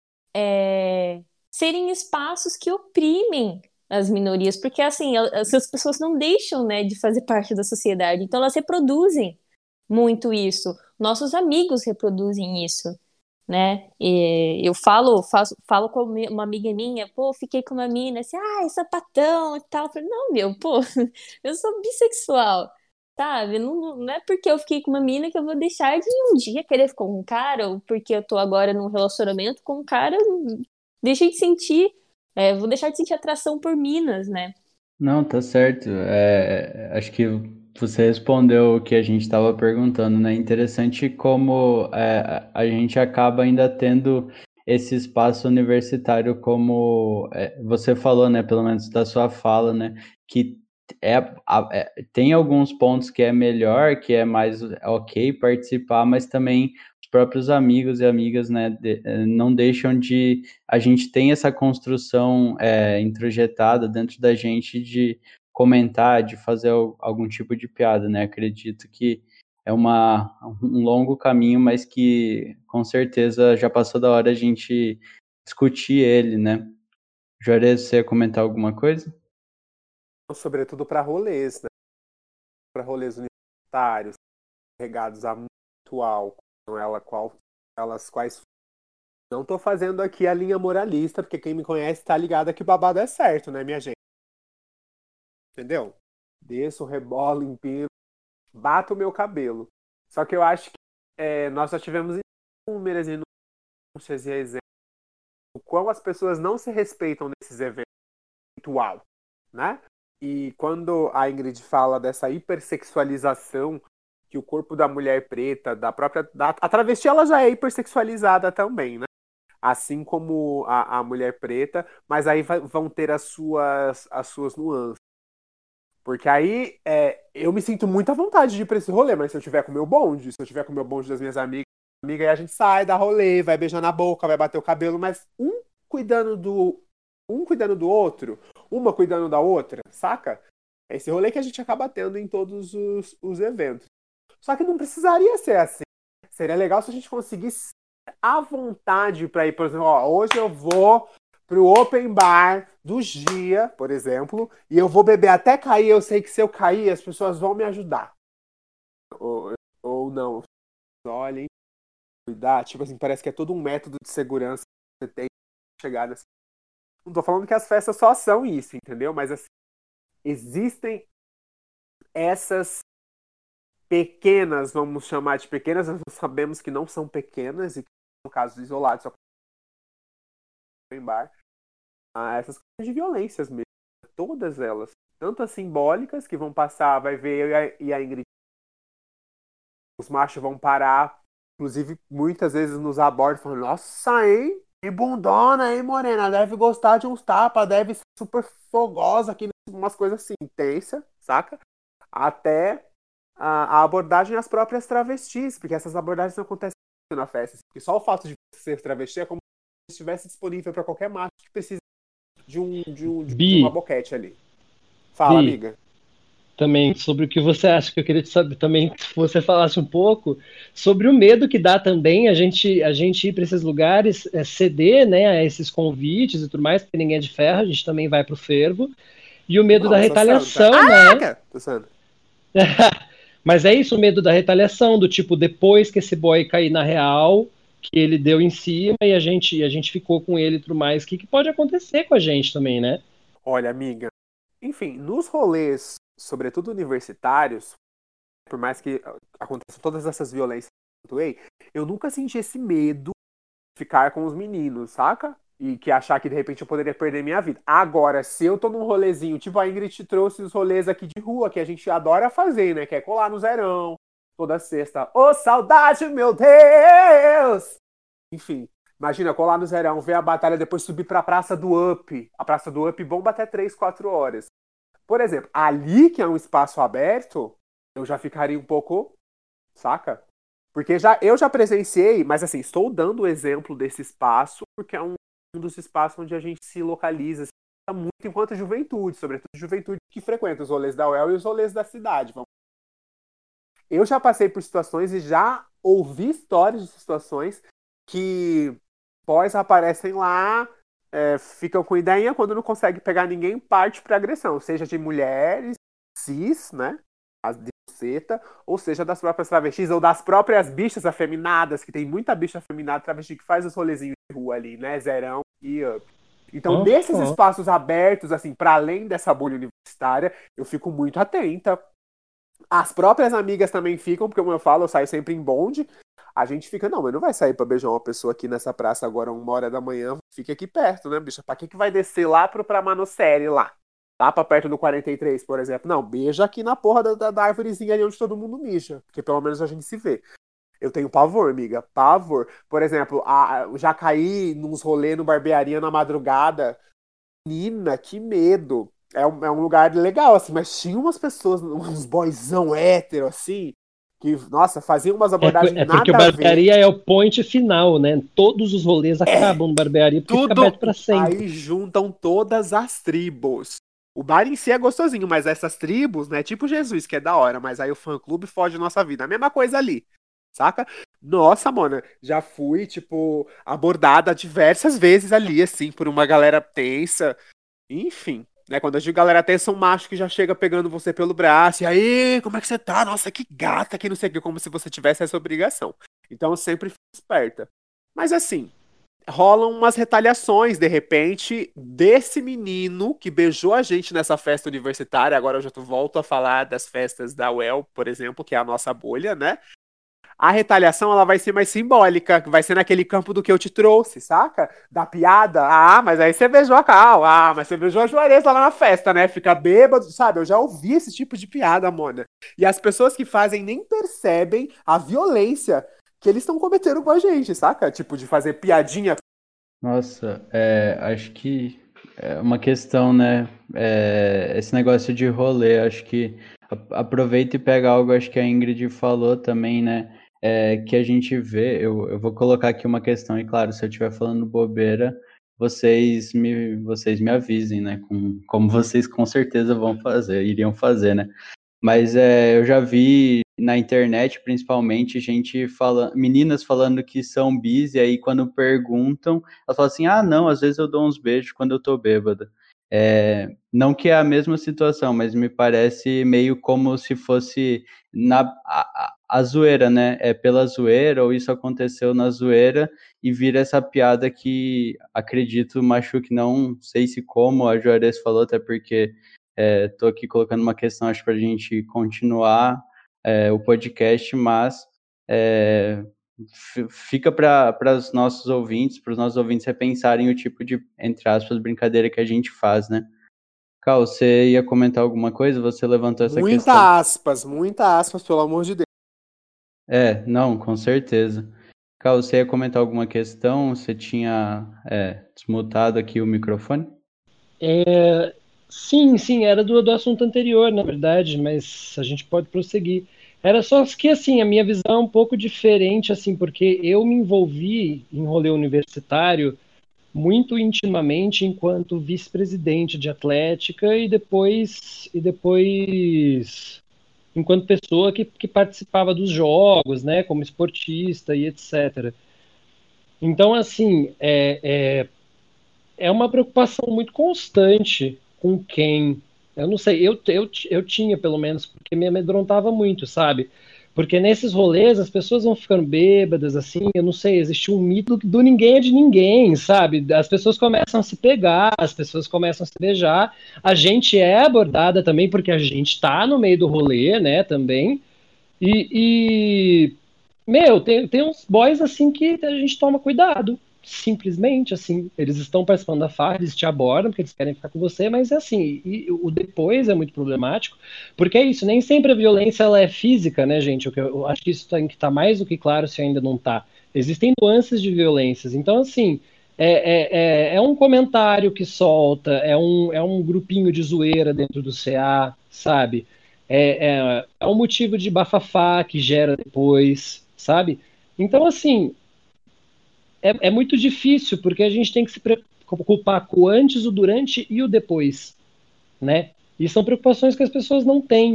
é, serem espaços que oprimem as minorias, porque, assim, essas pessoas não deixam, né, de fazer parte da sociedade, então elas reproduzem muito isso, nossos amigos reproduzem isso, né? E eu falo, faço, falo com uma amiga minha, pô, fiquei com uma mina, assim, ai, sapatão e tal. Eu falei, não, meu, pô, eu sou bissexual, sabe? Não, não é porque eu fiquei com uma mina que eu vou deixar de um dia querer ficar com um cara, ou porque eu tô agora num relacionamento com um cara, deixei de sentir, é, vou deixar de sentir atração por minas, né? Não, tá certo. É, acho que você respondeu o que a gente estava perguntando, né? Interessante como é, a gente acaba ainda tendo esse espaço universitário, como é, você falou, né? Pelo menos da sua fala, né? Que é, a- é- tem alguns pontos que é melhor, que é mais ok participar, mas também os próprios amigos e amigas, né? de- eh, não deixam de a gente tem essa construção é, introjetada dentro da gente de comentar, de fazer al- algum tipo de piada, né? Acredito que é uma, um longo caminho, mas que com certeza já passou da hora a gente discutir ele, né? Juarez, você ia comentar alguma coisa? Sobretudo para rolês, né? Para rolês universitários, regados a muito álcool, não ela qual, elas quais. Não tô fazendo aqui a linha moralista, porque quem me conhece tá ligado que o babado é certo, né, minha gente? Entendeu? Desço, rebolo, empino, bato o meu cabelo. Só que eu acho que é, nós já tivemos inúmeras e denúncias e exemplos do quão as pessoas não se respeitam nesses eventos ritual, né? E quando a Ingrid fala dessa hipersexualização que o corpo da mulher preta, da própria da, a travesti ela já é hipersexualizada também, né? Assim como a, a mulher preta, mas aí vai, vão ter as suas as suas nuances. Porque aí é, eu me sinto muito à vontade de ir pra esse rolê, mas se eu tiver com o meu bonde, se eu tiver com o meu bonde das minhas amigas, amiga, aí a gente sai, dá rolê, vai beijar na boca, vai bater o cabelo, mas um cuidando do. Um cuidando do outro, uma cuidando da outra, saca? É esse rolê que a gente acaba tendo em todos os, os eventos. Só que não precisaria ser assim. Seria legal se a gente conseguisse à vontade pra ir, por exemplo, ó, hoje eu vou pro open bar do Gia, por exemplo, e eu vou beber até cair, eu sei que se eu cair, as pessoas vão me ajudar. Ou, ou não, olhem, cuidar, tipo assim, parece que é todo um método de segurança que você tem que chegar nessa. Não tô falando que as festas só são isso, entendeu? Mas assim, existem essas pequenas, vamos chamar de pequenas, nós sabemos que não são pequenas, e que são casos isolados, só em bar, ah, essas coisas de violências mesmo, todas elas, tanto as simbólicas, que vão passar, vai ver eu e a, e a Ingrid, os machos vão parar, inclusive muitas vezes nos abordam, falando, nossa, hein, que bundona, hein, morena, deve gostar de uns tapas, deve ser super fogosa aqui, umas coisas assim, intensa, saca? Até a, a abordagem às próprias travestis, porque essas abordagens não acontecem na festa, porque só o fato de ser travesti é como se estivesse disponível para qualquer macho que precise de, um, de, um, de uma Bi, boquete ali. Fala, Bi, amiga. também sobre o que você acha, que eu queria te saber também que você falasse um pouco sobre o medo que dá também a gente a gente ir para esses lugares, é, ceder, né, a esses convites e tudo mais, porque ninguém é de ferro, a gente também vai pro fervo, e o medo da Não, eu sou santa. retaliação, Ah, né? cara! Sou santa. Mas é isso, o medo da retaliação, do tipo, depois que esse boy cair na real, que ele deu em cima e a gente, a gente ficou com ele e tudo mais, o que, que pode acontecer com a gente também, né? Olha, amiga. Enfim, nos rolês, sobretudo universitários, por mais que aconteçam todas essas violências que eu atuei, eu nunca senti esse medo de ficar com os meninos, saca? E que achar que de repente eu poderia perder minha vida. Agora, se eu tô num rolezinho, tipo a Ingrid te trouxe os rolês aqui de rua, que a gente adora fazer, né? Que é colar no zerão, toda sexta. Ô, saudade, meu Deus! Enfim, imagina colar no zerão, ver a batalha, depois subir pra Praça do Up. A Praça do Up bomba até três, quatro horas. Por exemplo, ali que é um espaço aberto, eu já ficaria um pouco, saca? Porque já, eu já presenciei, mas assim, estou dando o exemplo desse espaço, porque é um, um dos espaços onde a gente se localiza assim, muito enquanto juventude, sobretudo juventude que frequenta os rolês da U E L e os rolês da cidade. Eu já passei por situações e já ouvi histórias de situações que boys aparecem lá, é, ficam com ideia, quando não consegue pegar ninguém, parte para agressão, seja de mulheres cis, né? As de buceta, ou seja, das próprias travestis, ou das próprias bichas afeminadas, que tem muita bicha afeminada travesti que faz os rolezinhos de rua ali, né? Zerão e up. Então, nesses Uhum. espaços abertos, assim, para além dessa bolha universitária, eu fico muito atenta. As próprias amigas também ficam, porque como eu falo, eu saio sempre em bonde. A gente fica, não, mas não vai sair pra beijar uma pessoa aqui nessa praça agora, uma hora da manhã. Fica aqui perto, né, bicha? Pra que que vai descer lá pro, pra Manossérie lá? Lá pra perto do quarenta e três, por exemplo. Não, beija aqui na porra da, da, da árvorezinha ali onde todo mundo mija. Porque pelo menos a gente se vê. Eu tenho pavor, amiga. Pavor. Por exemplo, a, eu já caí nos rolês no barbearia na madrugada. Menina, que medo. É um, é um lugar legal, assim, mas tinha umas pessoas, uns boyzão hétero, assim, que, nossa, faziam umas É, abordagens é porque o nada a ver. barbearia é o point final, né? Todos os rolês acabam no barbearia porque fica Tudo. aberto pra sempre. Aí juntam todas as tribos. O bar em si é gostosinho, mas essas tribos, né? Tipo Jesus, que é da hora, mas aí o fã-clube foge da nossa vida. A mesma coisa ali, saca? Nossa, mano, já fui, tipo, abordada diversas vezes ali, assim, por uma galera tensa. Enfim, né? Quando eu digo galera tensa, um macho que já chega pegando você pelo braço. E aí, como é que você tá? Nossa, que gata, que não sei o que, como se você tivesse essa obrigação. Então eu sempre fico esperta. Mas assim, rolam umas retaliações, de repente, desse menino que beijou a gente nessa festa universitária. Agora eu já tô- volto a falar das festas da U E L, por exemplo, que é a nossa bolha, né? A retaliação ela vai ser mais simbólica, vai ser naquele campo do que eu te trouxe, saca? Da piada. Ah, mas aí você beijou a Cal. Ah, mas você beijou a Juarez lá na festa, né? Fica bêbado, sabe? Eu já ouvi esse tipo de piada, Mona. E as pessoas que fazem nem percebem a violência que eles estão cometendo com a gente, saca? Tipo, de fazer piadinha. Nossa, é, acho que é uma questão, né? É, esse negócio de rolê, acho que a- aproveita e pega algo, acho que a Ingrid falou também, né? É, que a gente vê, eu, eu vou colocar aqui uma questão, e claro, se eu estiver falando bobeira, vocês me, vocês me avisem, né? Com, como vocês com certeza vão fazer, iriam fazer, né? Mas é, eu já vi na internet, principalmente, gente falando, meninas falando que são bis, e aí quando perguntam, elas falam assim: ah, não, às vezes eu dou uns beijos quando eu tô bêbada. É, não que é a mesma situação, mas me parece meio como se fosse na, a, a, a zoeira, né? É pela zoeira, ou isso aconteceu na zoeira, e vira essa piada que acredito, machuque, não sei se como a Juarez falou, até porque estou aqui colocando uma questão, acho, para a gente continuar é, o podcast, mas é, f- fica para os nossos ouvintes, para os nossos ouvintes repensarem o tipo de, entre aspas, brincadeira que a gente faz, né? Cal, você ia comentar alguma coisa? Você levantou essa questão? Muita aspas, muita aspas, pelo amor de Deus. É, não, com certeza. Cal, você ia comentar alguma questão? Você tinha é, desmutado aqui o microfone? É, sim, sim, era do, do assunto anterior, na verdade, mas a gente pode prosseguir. Era só que, assim, a minha visão é um pouco diferente, assim, porque eu me envolvi em rolê universitário muito intimamente enquanto vice-presidente de atlética e depois, e depois enquanto pessoa que, que participava dos jogos, né, como esportista e etcétera. Então, assim, é, é, é uma preocupação muito constante com quem. Eu não sei, eu, eu, eu tinha pelo menos, porque me amedrontava muito, sabe? Porque nesses rolês as pessoas vão ficando bêbadas, assim, eu não sei, existe um mito do ninguém é de ninguém, sabe? As pessoas começam a se pegar, as pessoas começam a se beijar, a gente é abordada também, porque a gente tá no meio do rolê, né, também, e, e meu, tem, tem uns boys assim que a gente toma cuidado. Simplesmente assim, eles estão participando da farra, eles te abordam porque eles querem ficar com você, mas é assim, e o depois é muito problemático, porque é isso, nem sempre a violência ela é física, né, gente? Eu, eu acho que isso tem que estar mais do que claro se ainda não está. Existem nuances de violências, então assim, é, é, é, é um comentário que solta, é um, é um grupinho de zoeira dentro do C A, sabe? É, é, é um motivo de bafafá que gera depois, sabe? Então, assim, é, é muito difícil, porque a gente tem que se preocupar com o antes, o durante e o depois, né? E são preocupações que as pessoas não têm.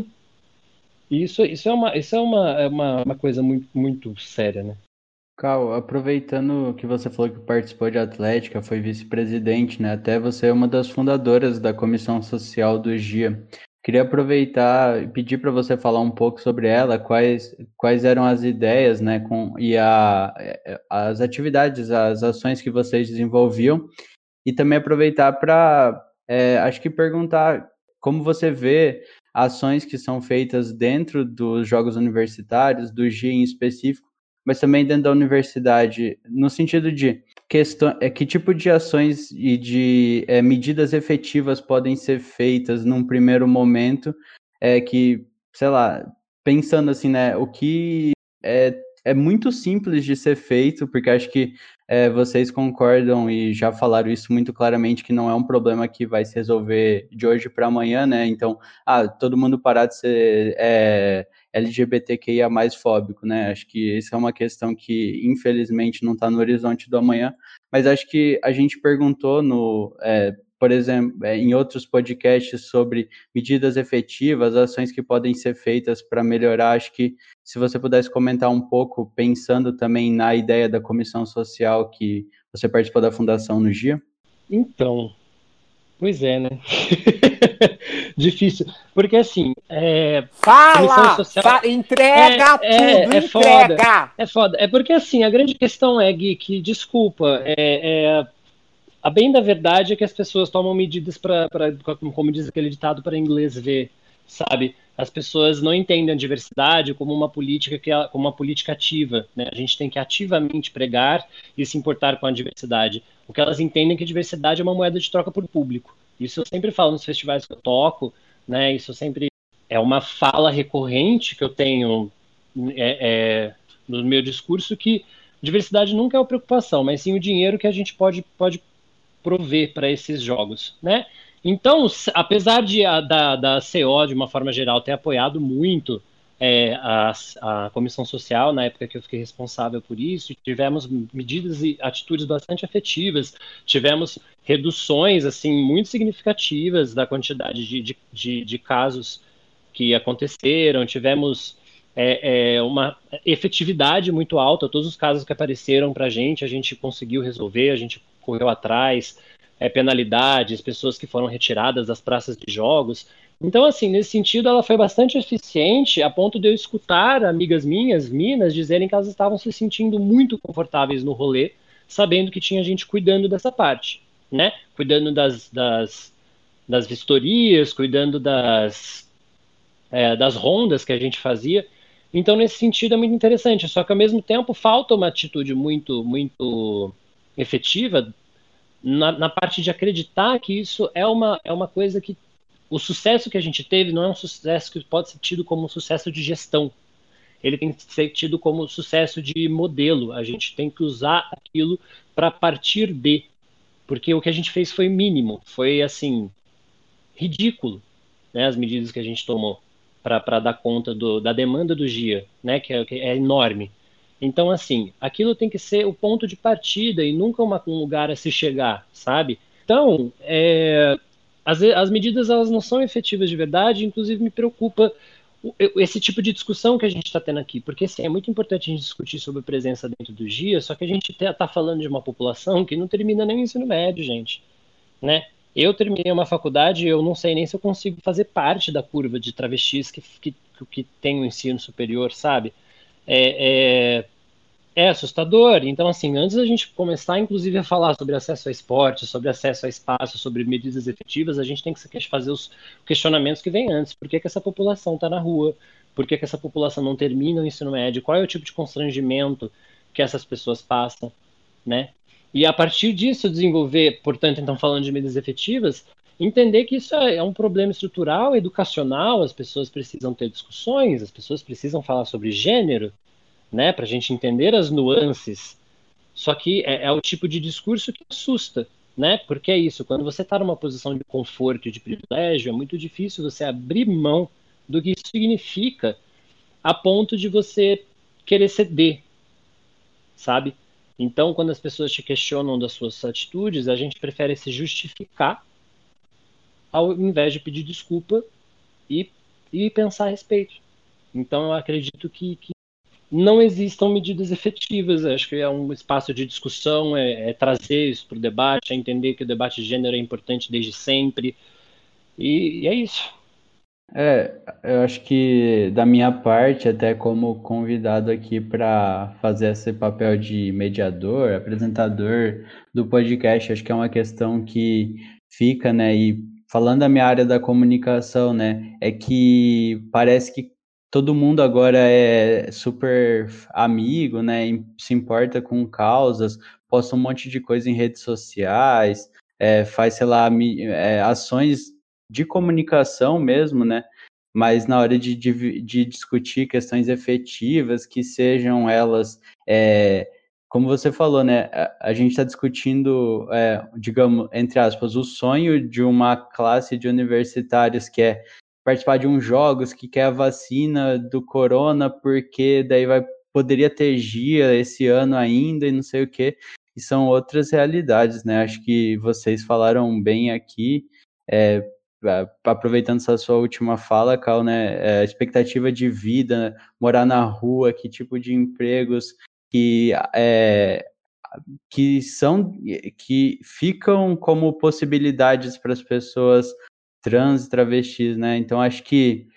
E isso, isso é uma, isso é uma, é uma, uma coisa muito, muito séria, né? Cal, aproveitando que você falou que participou de Atlética, foi vice-presidente, né? Até você é uma das fundadoras da Comissão Social do G I A. Queria aproveitar e pedir para você falar um pouco sobre ela, quais, quais eram as ideias, né, com, e a, as atividades, as ações que vocês desenvolviam, e também aproveitar para, é, acho que perguntar como você vê ações que são feitas dentro dos Jogos Universitários, do G I A em específico, mas também dentro da universidade, no sentido de questão, é, que tipo de ações e de é, medidas efetivas podem ser feitas num primeiro momento, é que, sei lá, pensando assim, né, o que é, é muito simples de ser feito, porque acho que é, vocês concordam e já falaram isso muito claramente, que não é um problema que vai se resolver de hoje para amanhã, né? Então, ah, todo mundo parar de ser é, L G B T Q I A mais fóbico, né? Acho que isso é uma questão que, infelizmente, não está no horizonte do amanhã, mas acho que a gente perguntou no, é, por exemplo, é, em outros podcasts sobre medidas efetivas, ações que podem ser feitas para melhorar. Acho que se você pudesse comentar um pouco, pensando também na ideia da comissão social que você participou da fundação no G I A. Então, pois é, né? Difícil. Porque assim, é, comissão Fala! social Fa- entrega é, tudo, é, é foda. entrega! É foda. É porque assim, a grande questão é, Gui, que, desculpa, é, é, a bem da verdade é que as pessoas tomam medidas para, como diz aquele ditado, para inglês ver, sabe? As pessoas não entendem a diversidade como uma política que é, como uma política ativa, né? A gente tem que ativamente pregar e se importar com a diversidade. O que elas entendem é que a diversidade é uma moeda de troca por público. Isso eu sempre falo nos festivais que eu toco, né? Isso sempre é uma fala recorrente que eu tenho é, é, no meu discurso, que diversidade nunca é uma preocupação, mas sim o dinheiro que a gente pode, pode prover para esses jogos, né? Então, apesar de a, da, da C O, de uma forma geral, ter apoiado muito é, a, a comissão social, na época que eu fiquei responsável por isso, tivemos medidas e atitudes bastante efetivas, tivemos reduções assim muito significativas da quantidade de, de, de, de casos que aconteceram, tivemos é, é, uma efetividade muito alta, todos os casos que apareceram para a gente, a gente conseguiu resolver, a gente correu atrás, é, penalidades, pessoas que foram retiradas das praças de jogos. Então, assim, nesse sentido, ela foi bastante eficiente, a ponto de eu escutar amigas minhas, minas, dizerem que elas estavam se sentindo muito confortáveis no rolê, sabendo que tinha gente cuidando dessa parte, né? Cuidando das, das, das vistorias, cuidando das, é, das rondas que a gente fazia. Então, nesse sentido, é muito interessante. Só que, ao mesmo tempo, falta uma atitude muito, muito efetiva na, na parte de acreditar que isso é uma, é uma coisa que o sucesso que a gente teve não é um sucesso que pode ser tido como um sucesso de gestão. Ele tem que ser tido como sucesso de modelo. A gente tem que usar aquilo para partir de. Porque o que a gente fez foi mínimo, foi assim, ridículo, né, as medidas que a gente tomou para dar conta do, da demanda do G I A, né, que é, que é enorme. Então, assim, aquilo tem que ser o ponto de partida e nunca uma, um lugar a se chegar, sabe? Então, é, as, as medidas elas não são efetivas de verdade, inclusive me preocupa esse tipo de discussão que a gente está tendo aqui, porque assim, é muito importante a gente discutir sobre presença dentro do G I A, só que a gente está falando de uma população que não termina nem o ensino médio, gente, né? Eu terminei uma faculdade e eu não sei nem se eu consigo fazer parte da curva de travestis que, que, que tem o ensino superior, sabe? É, é, é assustador. Então, assim, antes da gente começar, inclusive, a falar sobre acesso ao esporte, sobre acesso a espaço, sobre medidas efetivas, a gente tem que fazer os questionamentos que vêm antes. Por que, que essa população está na rua? Por que, que essa população não termina o ensino médio? Qual é o tipo de constrangimento que essas pessoas passam, né? E a partir disso desenvolver, portanto, então falando de medidas efetivas, entender que isso é um problema estrutural, educacional, as pessoas precisam ter discussões, as pessoas precisam falar sobre gênero, né, para a gente entender as nuances. Só que é, é o tipo de discurso que assusta, né? Porque é isso, quando você está numa posição de conforto e de privilégio, é muito difícil você abrir mão do que isso significa a ponto de você querer ceder, sabe? Então, quando as pessoas te questionam das suas atitudes, a gente prefere se justificar ao invés de pedir desculpa e, e pensar a respeito. Então, eu acredito que, que não existam medidas efetivas. Acho que é um espaço de discussão, é, é trazer isso para o debate, é entender que o debate de gênero é importante desde sempre. E, e é isso. É, eu acho que da minha parte, até como convidado aqui para fazer esse papel de mediador, apresentador do podcast, acho que é uma questão que fica, né? E falando da minha área da comunicação, né? É que parece que todo mundo agora é super amigo, né? Se importa com causas, posta um monte de coisa em redes sociais, é, faz, sei lá, é, ações de comunicação mesmo, né? Mas na hora de, de, de discutir questões efetivas, que sejam elas, é, como você falou, né? A, a gente está discutindo, é, digamos, entre aspas, o sonho de uma classe de universitários que é participar de uns jogos, que quer a vacina do corona, porque daí vai, poderia ter Gia esse ano ainda e não sei o quê. E são outras realidades, né? Acho que vocês falaram bem aqui, é, aproveitando essa sua última fala, Cal, né? É, expectativa de vida, morar na rua, que tipo de empregos que, é, que são, que ficam como possibilidades para as pessoas trans e travestis, né? Então acho que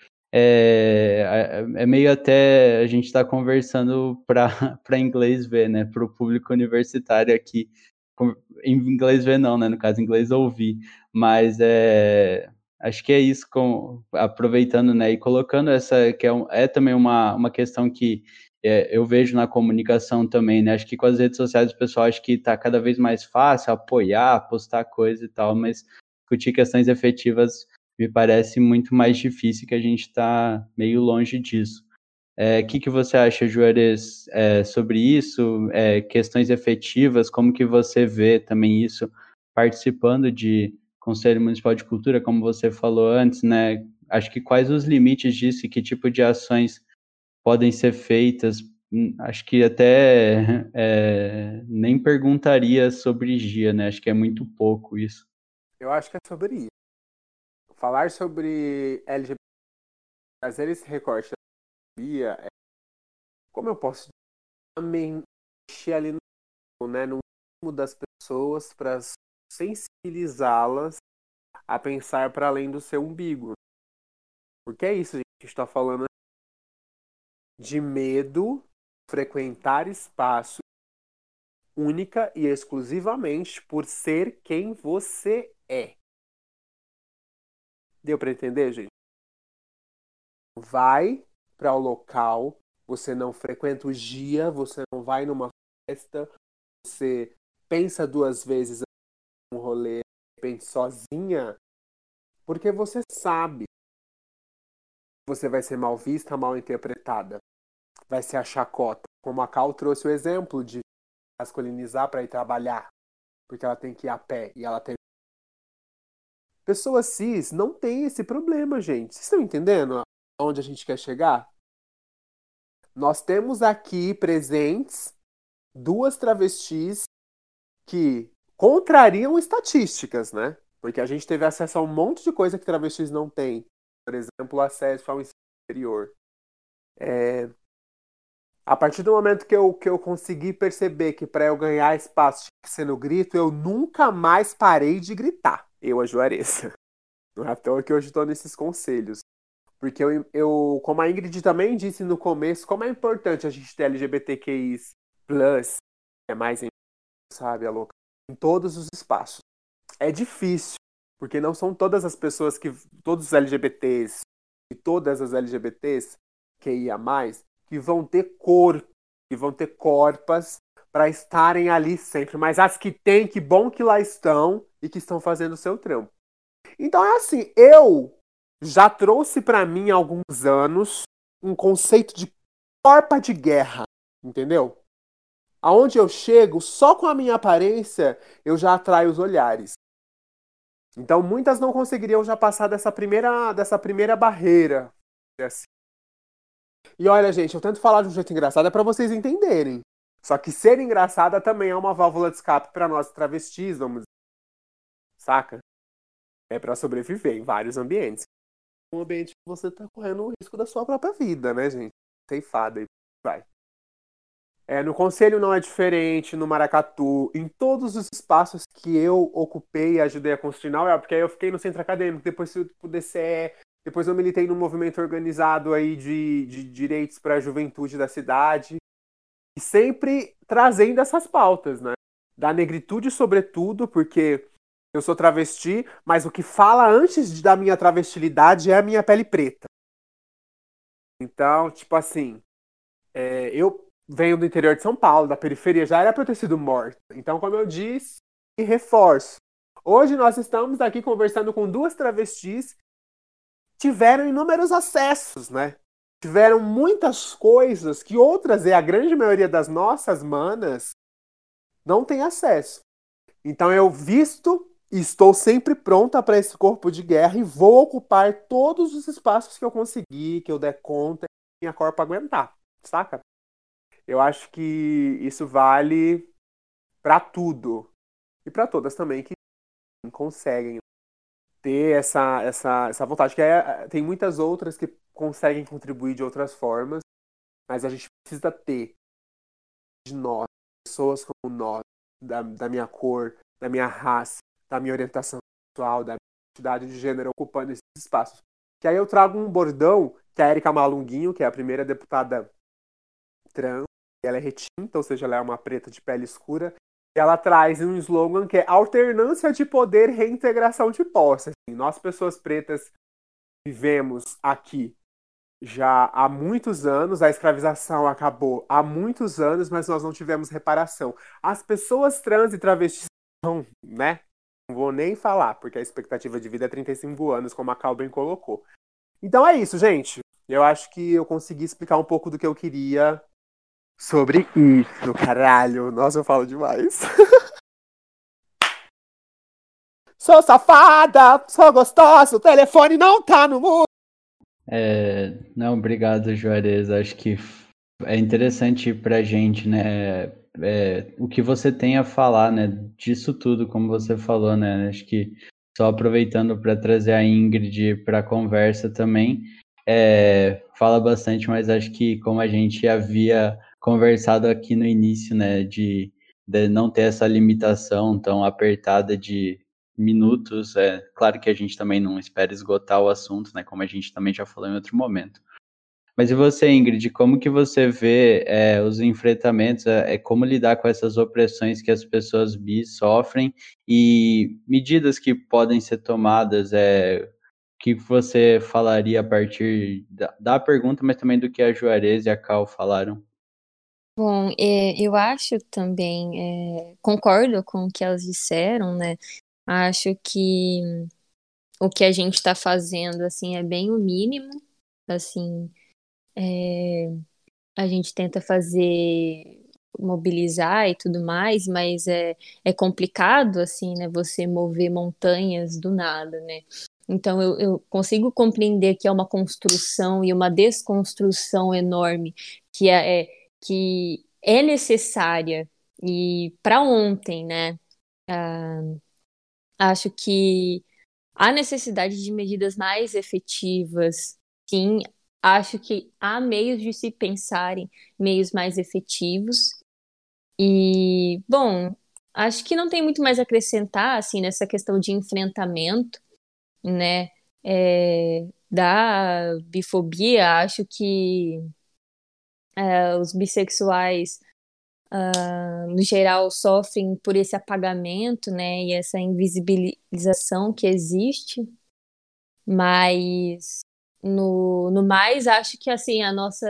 é, é meio até a gente está conversando para inglês ver, né? Para o público universitário aqui, em inglês ver não, né? No caso, inglês ouvir, mas é, acho que é isso, com, aproveitando, né? E colocando essa, que é, é também uma, uma questão que é, eu vejo na comunicação também, né? Acho que com as redes sociais o pessoal acha que está cada vez mais fácil apoiar, postar coisa e tal, mas discutir questões efetivas me parece muito mais difícil, que a gente está meio longe disso. O é, que, que você acha, Juarez, é, sobre isso? É, questões efetivas, como que você vê também isso participando de Conselho Municipal de Cultura, como você falou antes, né? Acho que quais os limites disso e que tipo de ações podem ser feitas? Acho que até é, nem perguntaria sobre Gia, né? Acho que é muito pouco isso. Eu acho que é sobre isso. Falar sobre L G B T, trazer esse recorte da Bia, é, como eu posso também mexer ali no, né, no ritmo das pessoas para sensibilizá-las a pensar para além do seu umbigo. Porque é isso, gente, a gente está falando de medo, frequentar espaço única e exclusivamente por ser quem você é. Deu para entender, gente? Vai para o local, você não frequenta o dia, você não vai numa festa, você pensa duas vezes um rolê, de repente sozinha, porque você sabe que você vai ser mal vista, mal interpretada, vai ser a chacota. Como a Cal trouxe o exemplo de masculinizar para ir trabalhar, porque ela tem que ir a pé e ela tem. Pessoas cis não tem esse problema, gente. Vocês estão entendendo aonde a gente quer chegar? Nós temos aqui presentes duas travestis que contrariam estatísticas, né? Porque a gente teve acesso a um monte de coisa que travestis não têm. Por exemplo, acesso ao ensino superior. É... A partir do momento que eu, que eu consegui perceber que para eu ganhar espaço tinha que ser no grito, eu nunca mais parei de gritar. Eu, a Juarez. Não é à toa que hoje estou nesses conselhos. Porque eu, eu, como a Ingrid também disse no começo, como é importante a gente ter L G B T Q I plus, é mais, sabe, a louca, em todos os espaços. É difícil, porque não são todas as pessoas que, todos os L G B Ts e todas as L G B Ts Q I A mais, que vão ter corpo, que vão ter corpas para estarem ali sempre. Mas as que tem, que bom que lá estão e que estão fazendo o seu trampo. Então é assim, eu já trouxe para mim há alguns anos um conceito de corpa de guerra, entendeu? Aonde eu chego, só com a minha aparência, eu já atraio os olhares. Então muitas não conseguiriam já passar dessa primeira, dessa primeira barreira. Assim. E olha, gente, eu tento falar de um jeito engraçado é para vocês entenderem. Só que ser engraçada também é uma válvula de escape para nós travestis, vamos dizer. Saca? É para sobreviver em vários ambientes. Um ambiente que você está correndo o risco da sua própria vida, né, gente? Ceifada e vai. É, no Conselho não é diferente, no Maracatu, em todos os espaços que eu ocupei e ajudei a construir na U E L, porque aí eu fiquei no centro acadêmico, depois fui pro D C E, depois eu militei num movimento organizado aí de, de direitos para a juventude da cidade, e sempre trazendo essas pautas, né? Da negritude, sobretudo, porque eu sou travesti, mas o que fala antes da minha travestilidade é a minha pele preta. Então, tipo assim, é, eu venho do interior de São Paulo, da periferia, já era pra eu ter sido morta. Então, como eu disse, e reforço. Hoje nós estamos aqui conversando com duas travestis que tiveram inúmeros acessos, né? Tiveram muitas coisas que outras, e a grande maioria das nossas manas, não tem acesso. Então eu visto e estou sempre pronta para esse corpo de guerra e vou ocupar todos os espaços que eu conseguir, que eu der conta e minha corpo aguentar, saca? Eu acho que isso vale para tudo e para todas também que conseguem ter essa, essa, essa vontade. Que é, tem muitas outras que conseguem contribuir de outras formas, mas a gente precisa ter de nós, pessoas como nós, da, da minha cor, da minha raça, da minha orientação sexual, da minha identidade de gênero ocupando esses espaços. Que aí eu trago um bordão que a Érica Malunguinho, que é a primeira deputada trans, ela é retinta, ou seja, ela é uma preta de pele escura, e ela traz um slogan que é alternância de poder, reintegração de posse. Assim, nós, pessoas pretas, vivemos aqui já há muitos anos, a escravização acabou há muitos anos, mas nós não tivemos reparação. As pessoas trans e travestis não, né? Não vou nem falar, porque a expectativa de vida é trinta e cinco anos, como a Cal bem colocou. Então é isso, gente. Eu acho que eu consegui explicar um pouco do que eu queria sobre isso, caralho. Nossa, eu falo demais. Sou safada, sou gostosa, o telefone não tá no mundo. É, não, obrigado, Juarez. Acho que é interessante pra gente, né? É, o que você tem a falar, né? Disso tudo, como você falou, né? Acho que só aproveitando para trazer a Ingrid para a conversa também, é, fala bastante, mas acho que como a gente havia conversado aqui no início, né? De, de não ter essa limitação tão apertada de minutos, é claro que a gente também não espera esgotar o assunto, né, como a gente também já falou em outro momento. Mas e você, Ingrid, como que você vê é, os enfrentamentos, é, como lidar com essas opressões que as pessoas bis sofrem e medidas que podem ser tomadas, é, o que você falaria a partir da, da pergunta, mas também do que a Juarez e a Cal falaram? Bom, é, eu acho também, é, concordo com o que elas disseram, né? Acho que o que a gente está fazendo, assim, é bem o mínimo, assim, é, a gente tenta fazer, mobilizar e tudo mais, mas é, é complicado, assim, né, você mover montanhas do nada, né? Então eu, eu consigo compreender que é uma construção e uma desconstrução enorme que é, é que é necessária e para ontem, né? Ah, acho que há necessidade de medidas mais efetivas, sim. Acho que há meios de se pensarem meios mais efetivos. E, bom, acho que não tem muito mais a acrescentar, assim, nessa questão de enfrentamento, né, é, da bifobia. Acho que é, os bissexuais, uh, no geral, sofrem por esse apagamento, né, e essa invisibilização que existe. Mas no, no mais, acho que assim, a nossa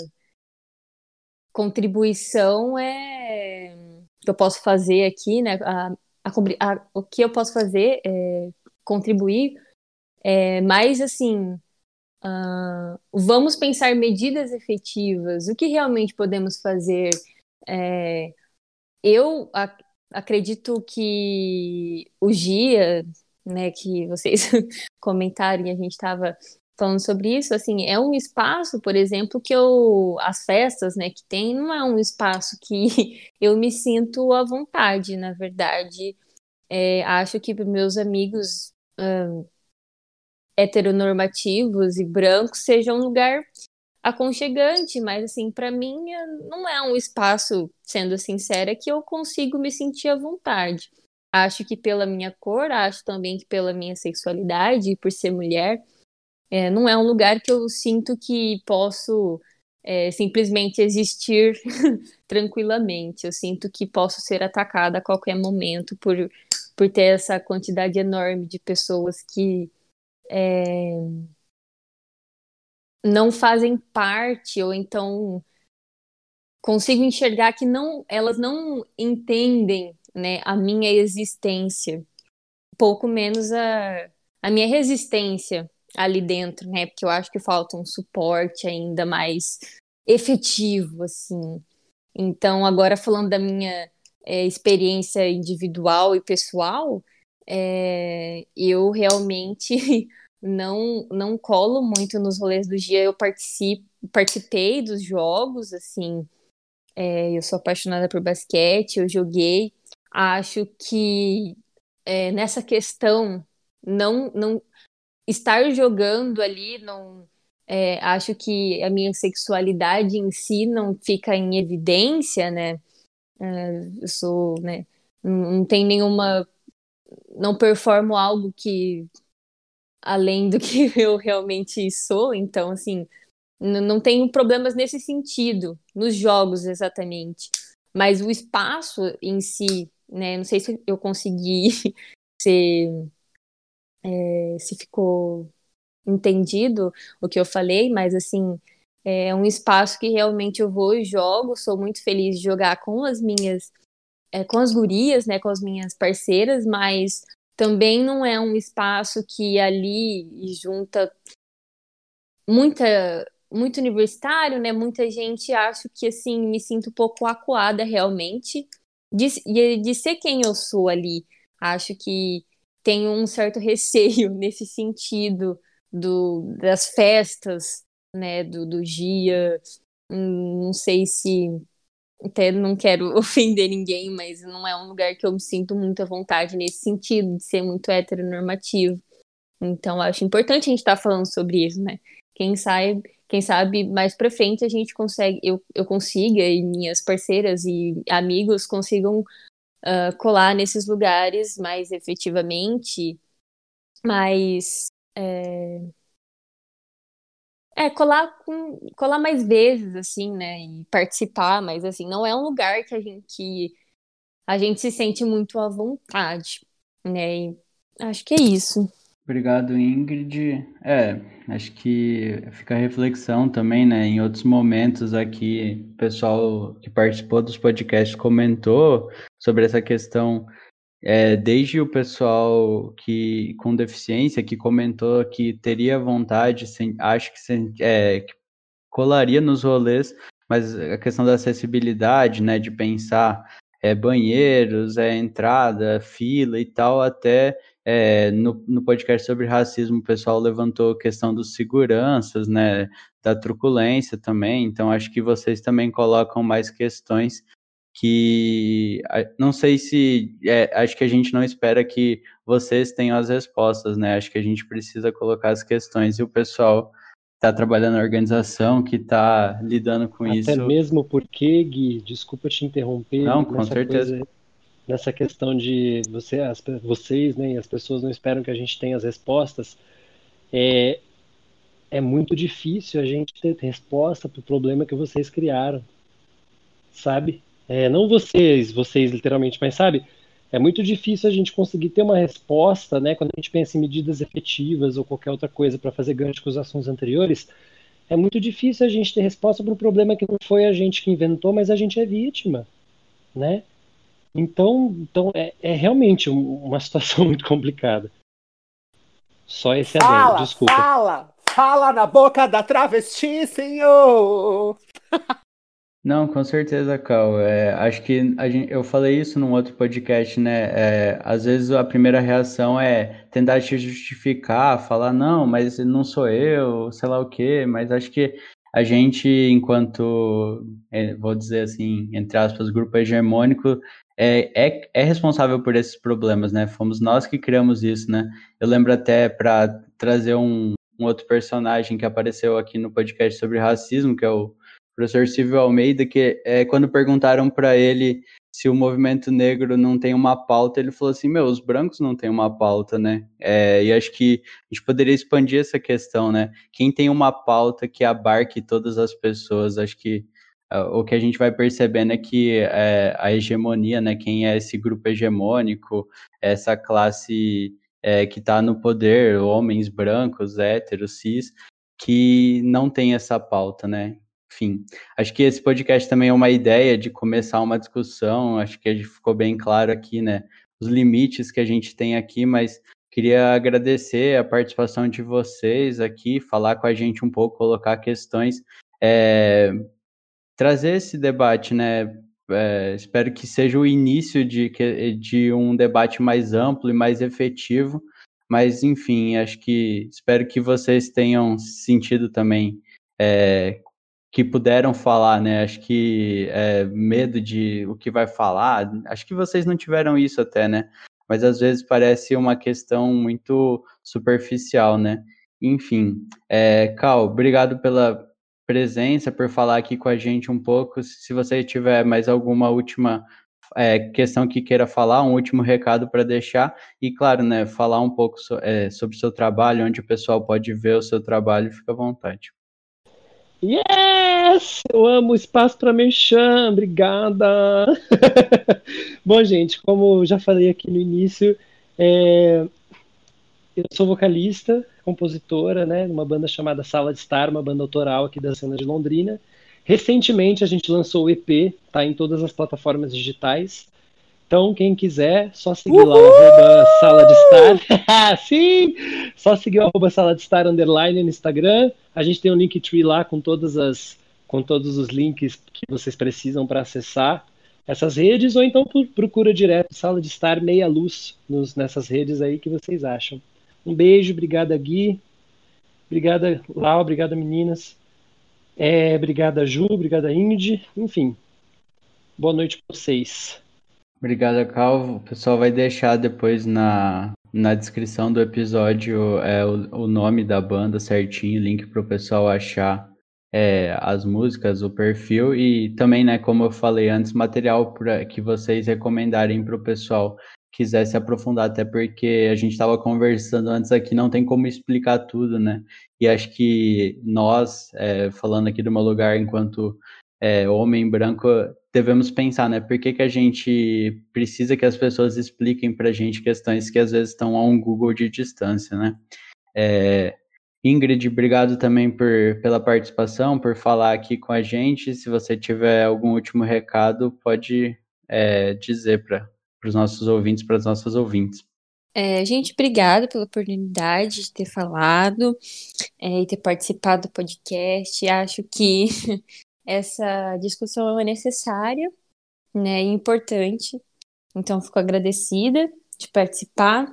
contribuição é que eu posso fazer aqui, né? A, a, a, o que eu posso fazer é contribuir, é mais assim, uh, vamos pensar medidas efetivas, o que realmente podemos fazer. É, eu a, acredito que o Gia, né, que vocês comentaram e a gente estava falando sobre isso, assim, é um espaço, por exemplo, que eu, as festas, né, que tem, não é um espaço que eu me sinto à vontade, na verdade. É, acho que para meus amigos hum, heteronormativos e brancos seja um lugar aconchegante, mas assim, para mim é- não é um espaço, sendo sincera, que eu consigo me sentir à vontade. Acho que pela minha cor, acho também que pela minha sexualidade, e por ser mulher, é, não é um lugar que eu sinto que posso é, simplesmente existir tranquilamente. Eu sinto que posso ser atacada a qualquer momento por, por ter essa quantidade enorme de pessoas que é, não fazem parte, ou então consigo enxergar que não, elas não entendem, né, a minha existência, pouco menos a, a minha resistência ali dentro, né? Porque eu acho que falta um suporte ainda mais efetivo, assim. Então, agora falando da minha é, experiência individual e pessoal, é, eu realmente não não colo muito nos rolês do dia. Eu participo, participei dos jogos, assim, é, eu sou apaixonada por basquete, eu joguei. Acho que é, nessa questão, não, não estar jogando ali, não, é, acho que a minha sexualidade em si não fica em evidência, né? É, eu sou, né? Não, não tem nenhuma, não performo algo que além do que eu realmente sou, então assim, n- não tenho problemas nesse sentido, nos jogos exatamente. Mas o espaço em si, né? Não sei se eu consegui ser, é, se ficou entendido o que eu falei, mas assim, é um espaço que realmente eu vou e jogo, sou muito feliz de jogar com as minhas, é, com as gurias, né, com as minhas parceiras, mas também não é um espaço que ali junta muita muito universitário, né? Muita gente acho que assim me sinto um pouco acuada realmente de, de, de ser quem eu sou ali. Acho que tenho um certo receio nesse sentido do, das festas, né? Do, do dia. Hum, Não sei se até não quero ofender ninguém, mas não é um lugar que eu me sinto muito à vontade nesse sentido de ser muito heteronormativo. Então, acho importante a gente estar falando sobre isso, né? Quem sabe, quem sabe mais pra frente a gente consegue, eu, eu consiga e minhas parceiras e amigos consigam ah, colar nesses lugares mais efetivamente, mas é, é, colar com, colar mais vezes, assim, né? E participar, mas assim, não é um lugar que a gente, que a gente se sente muito à vontade, né? E acho que é isso. Obrigado, Ingrid. É, acho que fica a reflexão também, né? Em outros momentos aqui, o pessoal que participou dos podcasts comentou sobre essa questão, é, desde o pessoal que com deficiência que comentou que teria vontade, sem, acho que, sem, é, que colaria nos rolês, mas a questão da acessibilidade, né? De pensar é, banheiros, é, entrada, fila e tal, até é, no, no podcast sobre racismo, o pessoal levantou a questão dos seguranças, né, da truculência também, então acho que vocês também colocam mais questões que a- não sei se é, acho que a gente não espera que vocês tenham as respostas, né? Acho que a gente precisa colocar as questões e o pessoal está trabalhando na organização, que está lidando com Até isso. mesmo porque, Gui, desculpa te interromper, Não, mas com nessa certeza. coisa, nessa questão de você, as, pe- vocês, né, e as pessoas não esperam que a gente tenha as respostas, é, é muito difícil a gente ter resposta para o problema que vocês criaram, sabe? É, não vocês, vocês literalmente, mas sabe? É muito difícil a gente conseguir ter uma resposta, né, quando a gente pensa em medidas efetivas ou qualquer outra coisa para fazer gancho com os assuntos anteriores. É muito difícil a gente ter resposta para um problema que não foi a gente que inventou, mas a gente é vítima, né? Então, então é, é realmente um- uma situação muito complicada. Só esse adendo, Fala, desculpa. fala, fala na boca da travesti, senhor! Não, com certeza, Cal. É, acho que a gente, eu falei isso num outro podcast, né? É, às vezes a primeira reação é tentar te justificar, falar, não, mas não sou eu, sei lá o quê, mas acho que a gente, enquanto, é, vou dizer assim, entre aspas, grupo hegemônico, é, é, é responsável por esses problemas, né? Fomos nós que criamos isso, né? Eu lembro até para trazer um, um outro personagem que apareceu aqui no podcast sobre racismo, que é o professor Silvio Almeida, que é, quando perguntaram para ele se o movimento negro não tem uma pauta, ele falou assim, meu, os brancos não têm uma pauta, né? É, e acho que a gente poderia expandir essa questão, né? Quem tem uma pauta que abarque todas as pessoas, acho que uh, o que a gente vai percebendo é que é, a hegemonia, né? Quem é esse grupo hegemônico, essa classe é, que está no poder, homens brancos, héteros, cis, que não tem essa pauta, né? Enfim, acho que esse podcast também é uma ideia de começar uma discussão, acho que a gente ficou bem claro aqui, né? Os limites que a gente tem aqui, mas queria agradecer a participação de vocês aqui, falar com a gente um pouco, colocar questões, é, trazer esse debate, né? É, espero que seja o início de, de um debate mais amplo e mais efetivo, mas enfim, acho que espero que vocês tenham sentido também é, que puderam falar, né? Acho que é, medo de o que vai falar, acho que vocês não tiveram isso até, né? Mas às vezes parece uma questão muito superficial, né? Enfim, é, Cal, obrigado pela presença, por falar aqui com a gente um pouco. Se você tiver mais alguma última é, questão que queira falar, um último recado para deixar, e claro, né, falar um pouco so, é, sobre o seu trabalho, onde o pessoal pode ver o seu trabalho, fica à vontade. Yes! Eu amo o espaço para merchan, obrigada! Bom, gente, como eu já falei aqui no início, é, eu sou vocalista, compositora, né, numa banda chamada Sala de Estar, uma banda autoral aqui da cena de Londrina. Recentemente a gente lançou o E P, tá em todas as plataformas digitais. Então, quem quiser, só seguir lá o arroba Sala de Estar. Sim! Só seguir o arroba Sala de Estar underline no Instagram. A gente tem um Linktree lá com todas as com todos os links que vocês precisam para acessar essas redes, ou então procura direto Sala de Estar Meia Luz nos, nessas redes aí que vocês acham. Um beijo, obrigada Gui, obrigada Lau, obrigada meninas, é, obrigada Ju, obrigada Indy, enfim, boa noite para vocês. Obrigado, Calvo. O pessoal vai deixar depois na, na descrição do episódio é, o, o nome da banda certinho, link para o pessoal achar é, as músicas, o perfil e também, né, como eu falei antes, material pra, que vocês recomendarem para o pessoal quiser se aprofundar, até porque a gente estava conversando antes aqui, não tem como explicar tudo, né? E acho que nós, é, falando aqui do meu lugar enquanto é, homem branco, devemos pensar, né? Por que, que a gente precisa que as pessoas expliquem para a gente questões que às vezes estão a um Google de distância, né? É, Ingrid, obrigado também por, pela participação, por falar aqui com a gente. Se você tiver algum último recado, pode é, dizer para os nossos ouvintes, para as nossas ouvintes. É, gente, obrigada pela oportunidade de ter falado é, e ter participado do podcast. Acho que essa discussão é necessária, né, e importante. Então, fico agradecida de participar.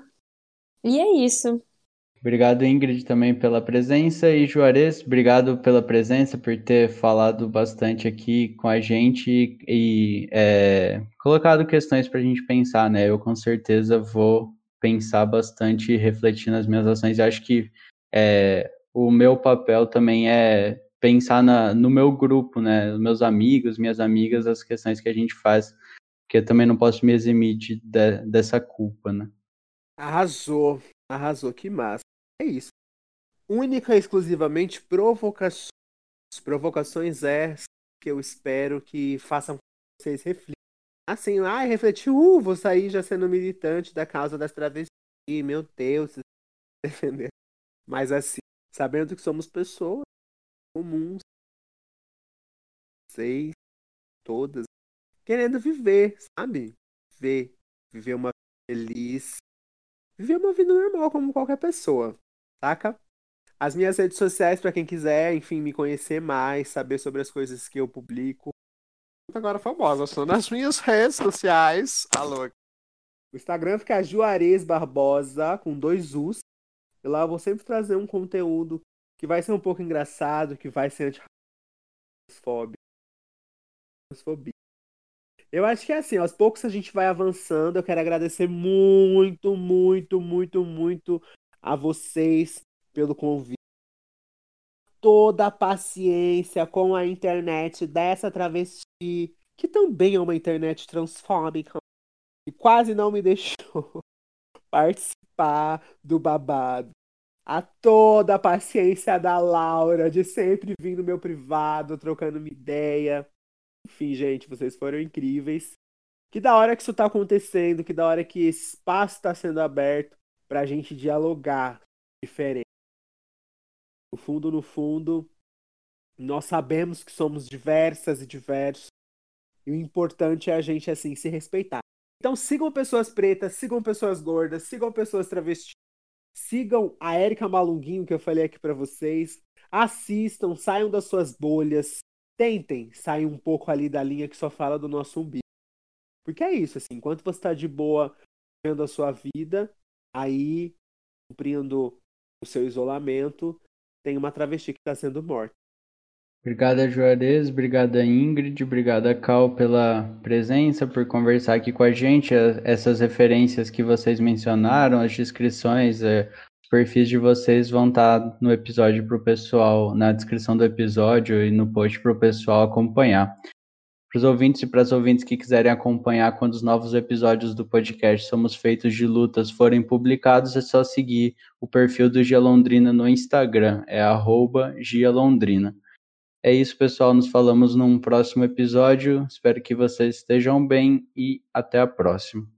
E é isso. Obrigado, Ingrid, também pela presença. E Juarez, obrigado pela presença, por ter falado bastante aqui com a gente e é, colocado questões para a gente pensar, né? Eu com certeza vou pensar bastante e refletir nas minhas ações. Eu acho que é, o meu papel também é pensar na, no meu grupo, né? Os meus amigos, minhas amigas, as questões que a gente faz, porque eu também não posso me eximir de, de, dessa culpa, né? Arrasou, arrasou, que massa. É isso. Única e exclusivamente provocações. Provocações é que eu espero que façam com que vocês reflitam. Assim, ai, refletir, uh, vou sair já sendo militante da causa das travestis, meu Deus, defender. Mas assim, sabendo que somos pessoas comuns, vocês, todas, querendo viver, sabe? Viver, viver uma vida feliz, viver uma vida normal como qualquer pessoa, saca? As minhas redes sociais, pra quem quiser, enfim, me conhecer mais, saber sobre as coisas que eu publico. Agora famosa, sou nas minhas redes sociais. Alô. O Instagram fica Juarez Barbosa, com dois U's. E lá eu vou sempre trazer um conteúdo que vai ser um pouco engraçado, que vai ser anti-fobia. Eu acho que é assim, aos poucos a gente vai avançando. Eu quero agradecer muito, muito, muito, muito a vocês pelo convite. Toda a paciência com a internet dessa travesti, que também é uma internet transfóbica, e quase não me deixou participar do babado. A toda a paciência da Laura, de sempre vir no meu privado, trocando uma ideia. Enfim, gente, vocês foram incríveis. Que da hora que isso tá acontecendo, que da hora que esse espaço tá sendo aberto pra gente dialogar diferente. O no fundo, no fundo, nós sabemos que somos diversas e diversos. E o importante é a gente, assim, se respeitar. Então sigam pessoas pretas, sigam pessoas gordas, sigam pessoas travestis, sigam a Érica Malunguinho, que eu falei aqui pra vocês. Assistam, saiam das suas bolhas. Tentem sair um pouco ali da linha que só fala do nosso umbigo. Porque é isso, assim, enquanto você tá de boa vivendo a sua vida, aí, cumprindo o seu isolamento, tem uma travesti que tá sendo morta. Obrigada, Juarez. Obrigada, Ingrid. Obrigada, Cal, pela presença, por conversar aqui com a gente. Essas referências que vocês mencionaram, as descrições, é, os perfis de vocês vão estar no episódio para o pessoal, na descrição do episódio e no post para o pessoal acompanhar. Para os ouvintes e para as ouvintes que quiserem acompanhar quando os novos episódios do podcast Somos Feitos de Lutas forem publicados, é só seguir o perfil do Gia Londrina no Instagram, é arroba Gia Londrina. É isso, pessoal. Nos falamos num próximo episódio. Espero que vocês estejam bem e até a próxima.